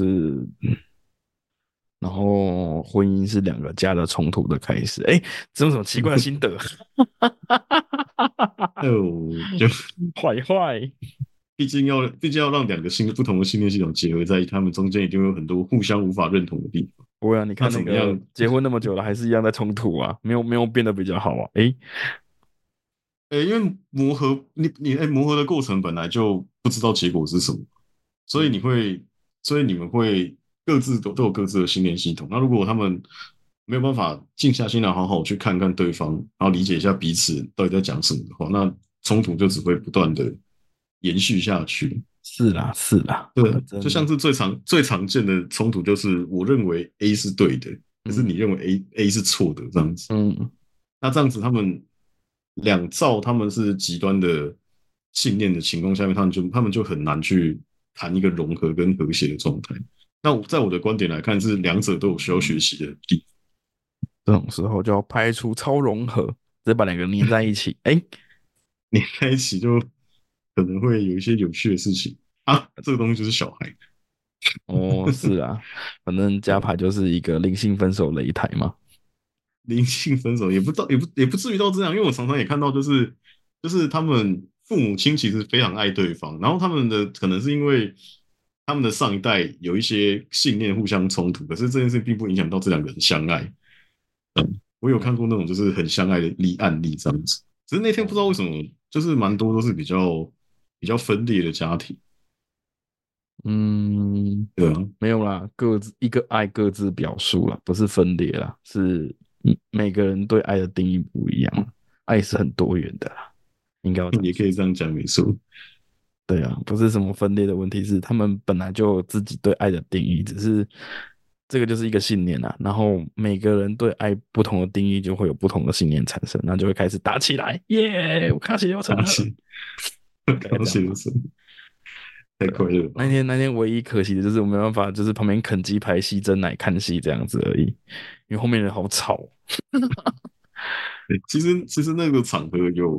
然后婚姻是两个家的冲突的开始。哎，这有什么奇怪的心得？ 就坏坏。 毕竟要让两个不同的信念系统结合在一起，他们中间一定会有很多互相无法认同的地方。 不会啊，你看那那怎么样？ 个结婚那么久了，还是一样在冲突啊，没有变得比较好啊。诶， 因为磨合，磨合的过程本来就不知道结果是什么，所以嗯， 你们会各自都有各自的信念系统。那如果他们没有办法静下心来好好去看看对方，然后理解一下彼此到底在讲什么的话，那冲突就只会不断的延续下去。 是啦是啦， 对， 反正就像是最常见的冲突，就是我认为 A 是对的，可是你嗯认为 A 是错的这样子。 嗯那这样子，他们是极端的信念的情况下面，他们就很难去谈一个融合跟和谐的状态。那在我的观点来看，是两者都有需要学习的地方。 这种时候就要拍出超融合，直接把两个粘在一起。诶， 黏在一起就可能会有一些有趣的事情啊。这个东西就是小孩， 哦是啊，反正加牌就是一个灵性分手擂台嘛。 灵性分手也不到，也不至于到这样，因为我常常也看到，就是他们父母亲其实非常爱对方，然后他们的可能是因为他们的上一代有一些信念互相冲突，可是这件事并不影响到这两个人相爱。我有看过那种就是很相爱的案例这样子，只是那天不知道为什么，就是蛮多都是比较分裂的家庭。 嗯， 对啊， 没有啦，各自一个爱各自表述啦，不是分裂啦，是每个人对爱的定义不一样，爱是很多元的啦，应该要这样说。 也可以这样讲，没错。 对啊，不是什么分裂的问题，是他们本来就有自己对爱的定义，只是这个就是一个信念啊，然后每个人对爱不同的定义，就会有不同的信念产生，那就会开始打起来，耶！我卡西又成盒， 而且大概而这样吧。 且是太快乐了吧？ 那天唯一可惜的就是我没办法，就是旁边啃鸡排、吸真奶、看戏这样子而已，因为后面人好吵。 对，其实那个场合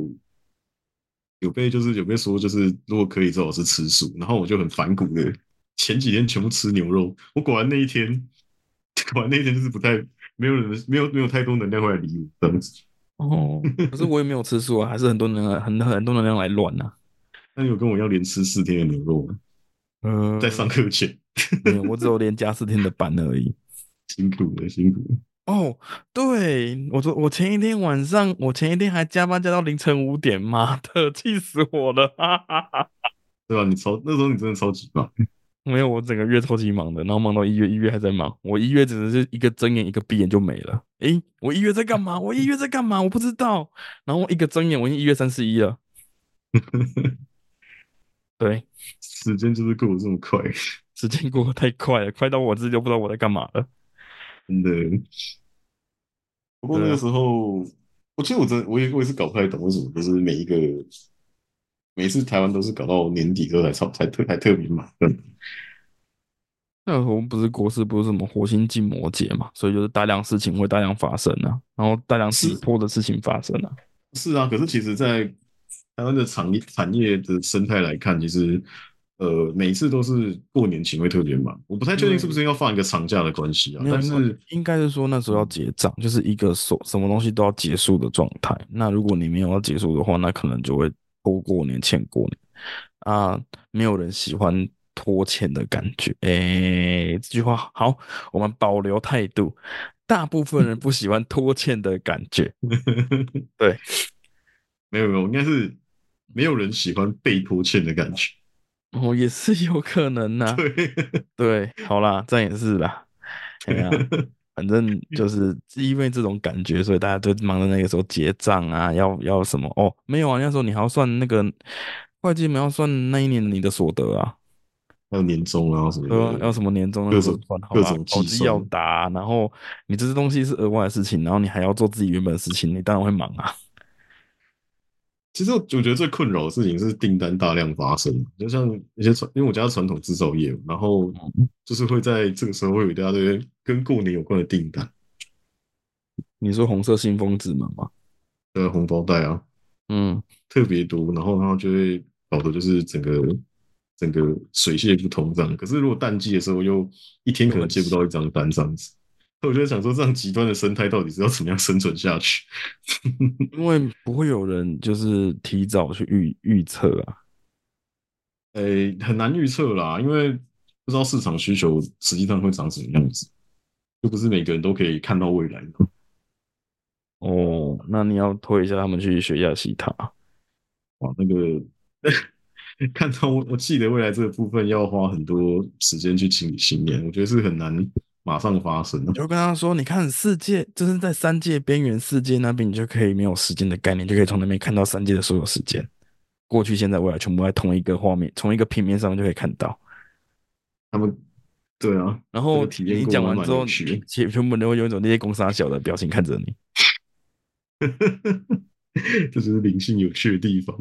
有被说，就是如果可以最好是吃素，然后我就很反骨的，前几天全部吃牛肉，我果然那一天，果然那一天就是不太没有太多能量会来理我这样子。 哦，可是我也没有吃素啊，还是很多能量来乱呐、 那你有跟我要连吃4天的牛肉吗？在上呃， 课前， 没有，我只有连加4天的班而已。 辛苦了，辛苦了， 哦，对，我前一天还加班加到凌晨5点，妈的，气死我了！哈哈哈。 对吧？那时候你真的超级棒， 没有，我整个月超级忙的，然后忙到1月，1月还在忙，我1月只是一个睁眼一个闭眼就没了。诶，我1月在干嘛？我一月在干嘛？我不知道。然后我一个睁眼，我已经1月31了。对， 时间就是过得这么快， 时间过得太快了，快到我自己都不知道我在干嘛了。 真的。不过那个对啊， 时候，我也是搞不太懂为什么，就是每一次台湾都是搞到年底之后才特别忙。 那我们不是国师不是什么火星进摩羯嘛，所以就是大量事情会大量发生啊，然后大量急是迫的事情发生啊。 是啊，可是其实，在台湾的产业的生态来看，其实每一次都是过年前会特别忙。我不太确定是不因为是要放一个长假的关系啊， 没有，因为但是应该是说那时候要嗯， 结账，就是一个什么东西都要结束的状态。那如果你没有要结束的话，那可能就会拖过年欠过年啊。没有人喜欢拖欠的感觉。诶，这句话好，我们保留态度。大部分人不喜欢拖欠的感觉。对， 没有，应该是没有人喜欢被拖欠的感觉。 哦，也是有可能呐、 对， 对，好啦，这样也是啦。哎呀，反正就是因为这种感觉，所以大家都忙着那个时候结账啊，要什么哦？没有啊，那时候你还要算那个会计们要算那一年你的所得啊。 还有年终啊什么对啊， 的， 要什么年终那个都各种算好啦， 各种考绩要计算。 达，然后你这些东西是额外的事情，然后你还要做自己原本的事情，你当然会忙啊。 其实我觉得最困扰的事情是订单大量发生，就像一些因为我家是传统制造业，然后嗯， 就是会在这个时候会有一大堆跟过年有关的订单， 你说红色信封纸吗？ 红包袋啊嗯， 特别多，然后就会搞得就是整个水泄不通这样。可是如果淡季的时候，又一天可能就很闲， 接不到一张单这样子，所以我就在想说，这样极端的生态到底是要怎么样生存下去？ 因为不会有人就是提早去预测啊。 很难预测啦，因为不知道市场需求实际上会长什么样子，又不是每个人都可以看到未来的。 哦，那你要推一下他们去学亚西塔。 哇，那个看到我记得未来这个部分要花很多时间去清理信念，我觉得是很难马上发生的。 你就跟他说，你看世界就是在三界边缘世界那边，你就可以没有时间的概念，就可以从那边看到三界的所有时间，过去、现在、未来全部在同一个画面、同一个平面上就可以看到。 他们对啊， 然后这个体验你过蛮讲完之后， 有趣的。 全部人会有一种那些公司小的表情看着你。 这就是灵性有趣的地方。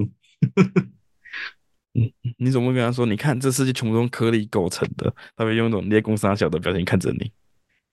嗯，你怎么会跟他说，你看这世界全部都用颗粒构成的？他会用一种那些公司小的表情看着你。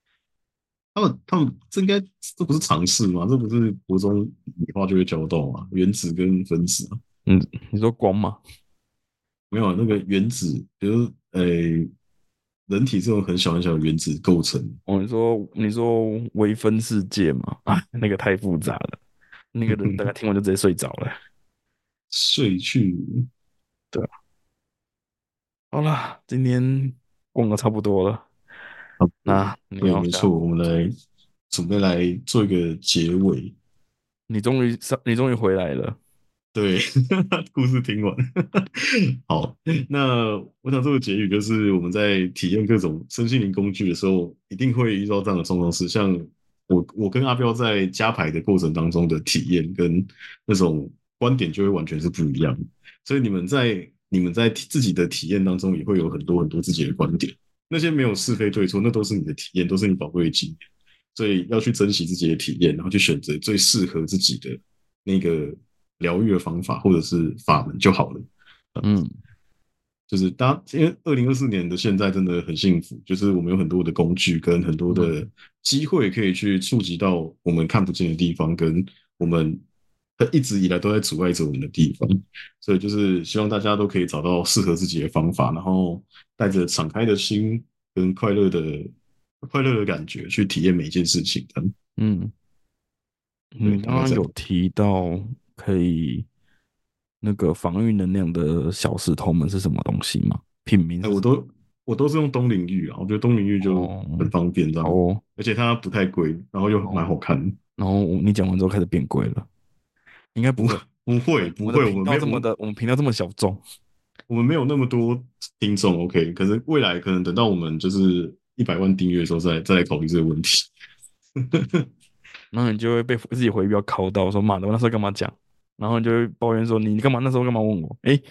他们这不是常识吗？这不是国中理化就会教到吗？原子跟分子啊， 嗯，你说光吗？ 没有啊那个原子，比如人体这种很小很小的原子构成， 哦，你说微分世界嘛？啊，那个太复杂了，那个人大概听完就直接睡着了。 睡去对啊，好了，今天逛的差不多了， 差不多。 那你对， 要下， 没错，我们来准备来做一个结尾。 你终于回来了。 对，故事听完。好，那我想这个结语就是，我们在体验各种身心灵工具的时候，一定会遇到这样的状况是，像我跟阿彪在加牌的过程当中的体验跟那种观点就会完全是不一样的。所以你们在自己的体验当中，也会有很多很多自己的观点，那些没有是非对错，那都是你的体验，都是你宝贵的经验。所以要去珍惜自己的体验，然后去选择最适合自己的那个疗愈的方法或者是法门就好了。 嗯就是因为2024年的现在真的很幸福，就是我们有很多的工具跟很多的嗯机会可以去触及到我们看不见的地方，跟我们一直以来都在阻碍着我们的地方。所以就是希望大家都可以找到适合自己的方法，然后带着敞开的心跟快乐的感觉去体验每一件事情。 嗯， 对， 你刚大概这样。 刚有提到可以那个防御能量的小石头们是什么东西吗？品名哎， 是什么？ 我都是用东领域啊，我觉得东领域就哦， 很方便这样， 好哦， 而且它不太贵，然后又蛮哦， 好看的。 然后你讲完之后开始变贵了，应该不不会。 不会不会， 我们的频道这么的，我们频道这么小众。 我们没有那么多听众，OK？可是未来可能等到我们就是100万订阅的时候再来考虑这个问题。 然后你就会被自己回标拷到，说妈的，我那时候干嘛讲？然后你就会抱怨说你干嘛那时候干嘛问我？诶，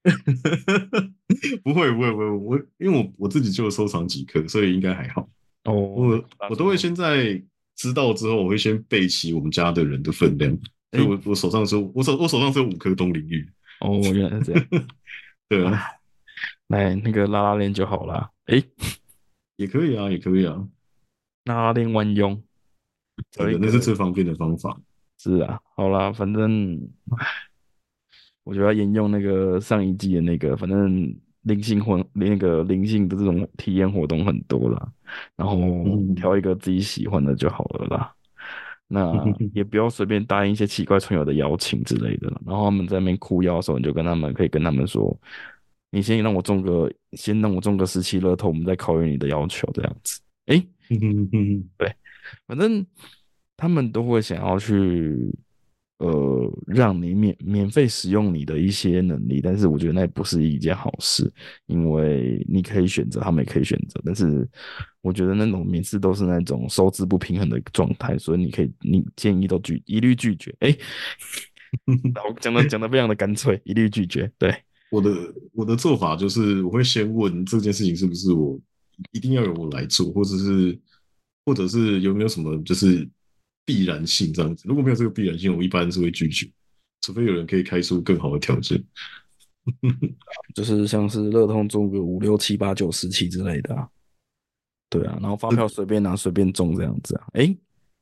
不会，因为我自己就有收藏几颗，所以应该还好。 哦，那我个大我都会叔， 先在知道之后，我会先备齐我们家的人的分量，所以诶， 我手上只有5颗东陵玉。 哦，原来是这样对啊， 啊，来那个拉拉链就好啦。诶， 也可以啊，也可以啊， 拉拉链万用， 真的那是有一个最方便的方法。 是啊，好啦，反正我觉得要沿用那个上一季的那个，反正灵性的这种体验活动很多啦，然后嗯， 挑一个自己喜欢的就好了啦。那也不要随便答应一些奇怪存有的邀请之类的啦。然后他们在那边哭腰的时候，你就可以跟他们说，你先让我中个17乐透，我们再考虑你的要求，这样子。诶，对，反正他们都会想要去让你免费使用你的一些能力，但是我觉得那也不是一件好事，因为你可以选择，他们也可以选择，但是我觉得那种每次都是那种收支不平衡的状态，所以你建议都一律拒绝。哎，我讲的非常的干脆，一律拒绝。对， 我的做法就是，我会先问这件事情是不是我一定要由我来做，或者是有没有什么就是必然性这样子。如果没有这个必然性，我一般是会拒绝，除非有人可以开出更好的条件。 就是像是乐通中个五六七八九10期之类的啊，对啊，然后发票随便拿随便中这样子啊，诶，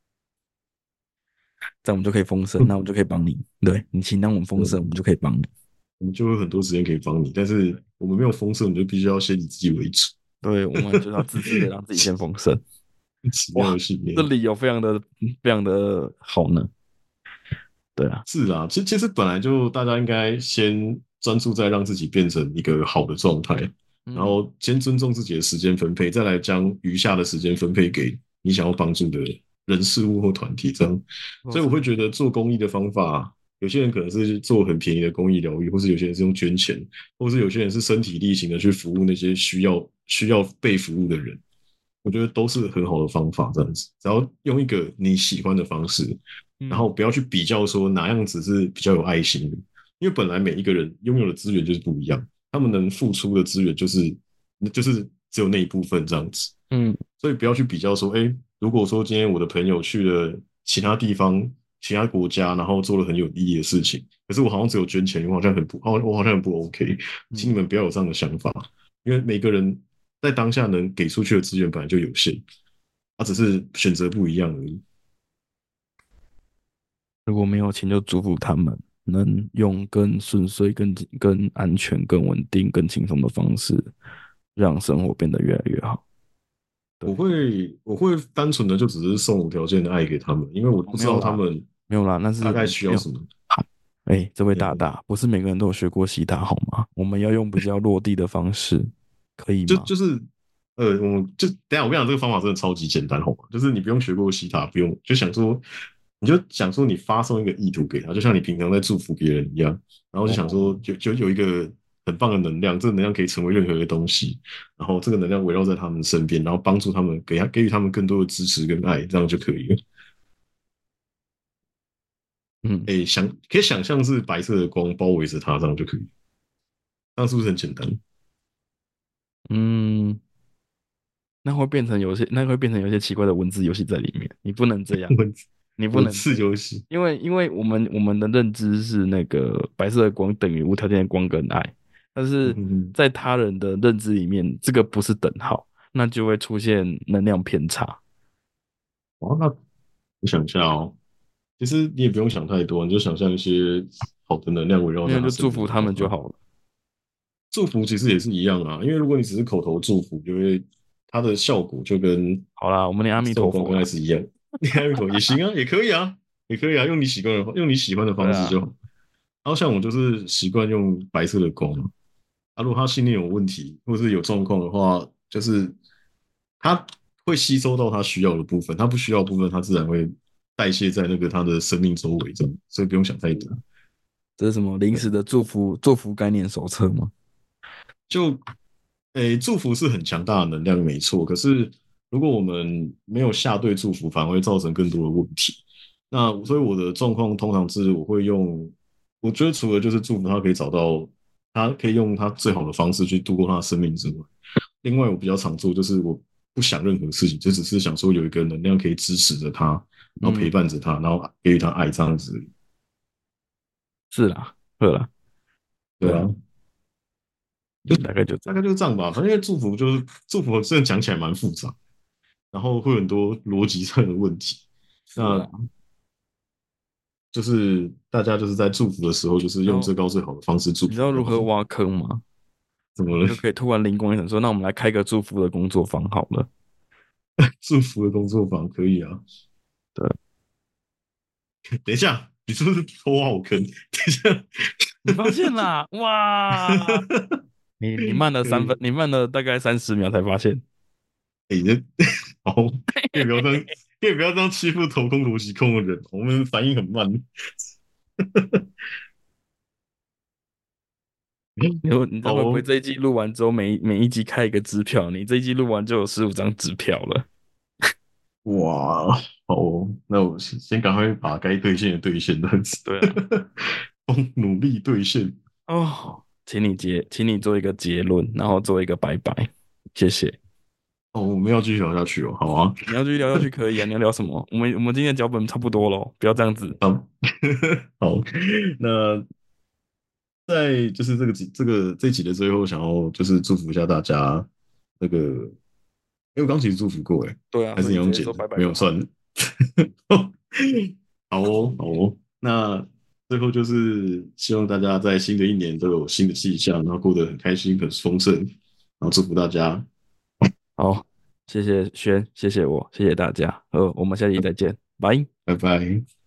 这样我们就可以丰盛，那我们就可以帮你，对你请让我们丰盛，我们就可以帮你， 我们就会有很多时间可以帮你，但是我们没有丰盛，我们就必须要先以自己为主， 对，我们就是要自制的让自己先丰盛。 奇妙哇， 的信念。 这理由非常的好呢，对啊， 是啦，其实本来就大家应该先专注在让自己变成一个好的状态，然嗯， 后先尊重自己的时间分配，再来将余下的时间分配给你想要帮助的人事物或团体，这样。所以我会或是觉得做公益的方法，有些人可能是做很便宜的公益疗愈，或是有些人是用捐钱，或是有些人是身体力行的去服务那些需要被服务的人。我觉得都是很好的方法，这样子，只要用一个你喜欢的方式，然后嗯不要去比较说哪样子是比较有爱心的，因为本来每一个人拥有的资源就是不一样，他们能付出的资源就是只有那一部分这样子， 嗯所以不要去比较说，哎，如果说今天我的朋友去了其他地方、其他国家，然后做了很有意义的事情，可是我好像只有捐钱，我好像很不 OK，请你嗯， 们不要有这样的想法，因为每个人在当下能给出去的资源本来就有限，他只是选择不一样而已。 如果没有钱，就祝福他们能用更顺遂、更安全、更稳定、更轻松的方式，让生活变得越来越好。对， 我会单纯的就只是送无条件的爱给他们，因为我不知我没有啦， 道他们没有啦，那是大概没有。 需要什么。 好，哎，这位大嗯， 大，不是每个人都有学过习打好吗？我们要用比较落地的方式，可以吗？ 就是我们就等一下我跟你讲，这个方法真的超级简单，好吗？就是你不用学过西塔，不用你就想说你发送一个意图给他，就像你平常在祝福别人一样，然后就想说哦， 就有一个很棒的能量，这个能量可以成为任何的东西，然后这个能量围绕在他们身边，然后帮助他们，给予他们更多的支持跟爱，这样就可以了。 嗯诶，可以想象是白色的光包围着他，这样就可以，这样是不是很简单？ 嗯，那会变成有些奇怪的文字游戏在里面，你不能这样， 文你不文字能这样， 游戏。 因为我们的认知是那个白色的光等于无条件的光跟爱，但是嗯哼哼， 在他人的认知里面，这个不是等号，那就会出现能量偏差。 哦，那我想一下哦，其实你也不用想太多，你就想象一些好的能量围绕没有就在他身边祝福他就好了。 们就好了。 祝福其实也是一样啊，因为如果你只是口头祝福，就会它的效果就跟好啦，我们念阿弥送光跟爱陀佛啦。 是一样。你还有一口也行啊，也可以啊，也可以啊，用你喜欢的对啊， 方式就好。然后像我就是习惯用白色的光嘛，啊，如果他信念有问题或者是有状况的话，就是他会吸收到他需要的部分，他不需要的部分，他自然会代谢在那个他的生命周围这样，所以不用想太多。 这是什么临时的祝福概念手册吗？ 就祝福是很强大的能量，没错。可是如果我们没有下对祝福，反而会造成更多的问题。那所以我的状况通常是我会用，我觉得除了就是祝福他可以找到，他可以用他最好的方式去度过他的生命之外，另外我比较常做就是我不想任何事情，就只是想说有一个能量可以支持着他，然后陪嗯， 伴着他，然后给予他爱这样子。 是啦，对啦，对啊， 对啊，就大概就这大样。 概就是这样吧。反正因为祝福，真的讲起来蛮复杂。然后会有很多逻辑上的问题。那是啊， 就是大家就是在祝福的时候，就是用然后最高最好的方式祝你知道福就好了。 如何挖坑吗？ 怎么了？ 我们就可以突然灵光一闪说，那我们来开个祝福的工作坊好了。 祝福的工作坊可以啊。 对， 等一下，你是不是偷挖我坑？等一下， 你发现啦，哇！你慢了可以。 你慢了大概30秒才发现。 哎、你这好，可以不要这样，可以不要这样欺负头空逻辑空的人，我们反应很慢。 你知道会不会好哦， 这一季录完之后，每一集开一个支票？你这一季录完就有15张支票了。 哇，好哦，那我先赶快把该兑现的兑现，这样子， 对啊， 努力兑现。 哦， 请你做一个结论，然后做一个拜拜，谢谢。 哦，我们要继续聊下去哦，好啊。 你要继续聊下去可以啊，你要聊什么？我们今天的脚本差不多咯，不要这样子。 好，好，那在就是这一集的最后，想要就是祝福一下大家，那个，因为我刚其实祝福过，诶， 对啊， 还是所以你直接你用剪的， 说拜拜就好。 没有算了。好哦，好哦，那最后就是希望大家在新的一年都有新的气象，然后过得很开心、很丰盛，然后祝福大家， 好，谢谢轩，谢谢我，谢谢大家，我们下期再见，拜。 拜拜。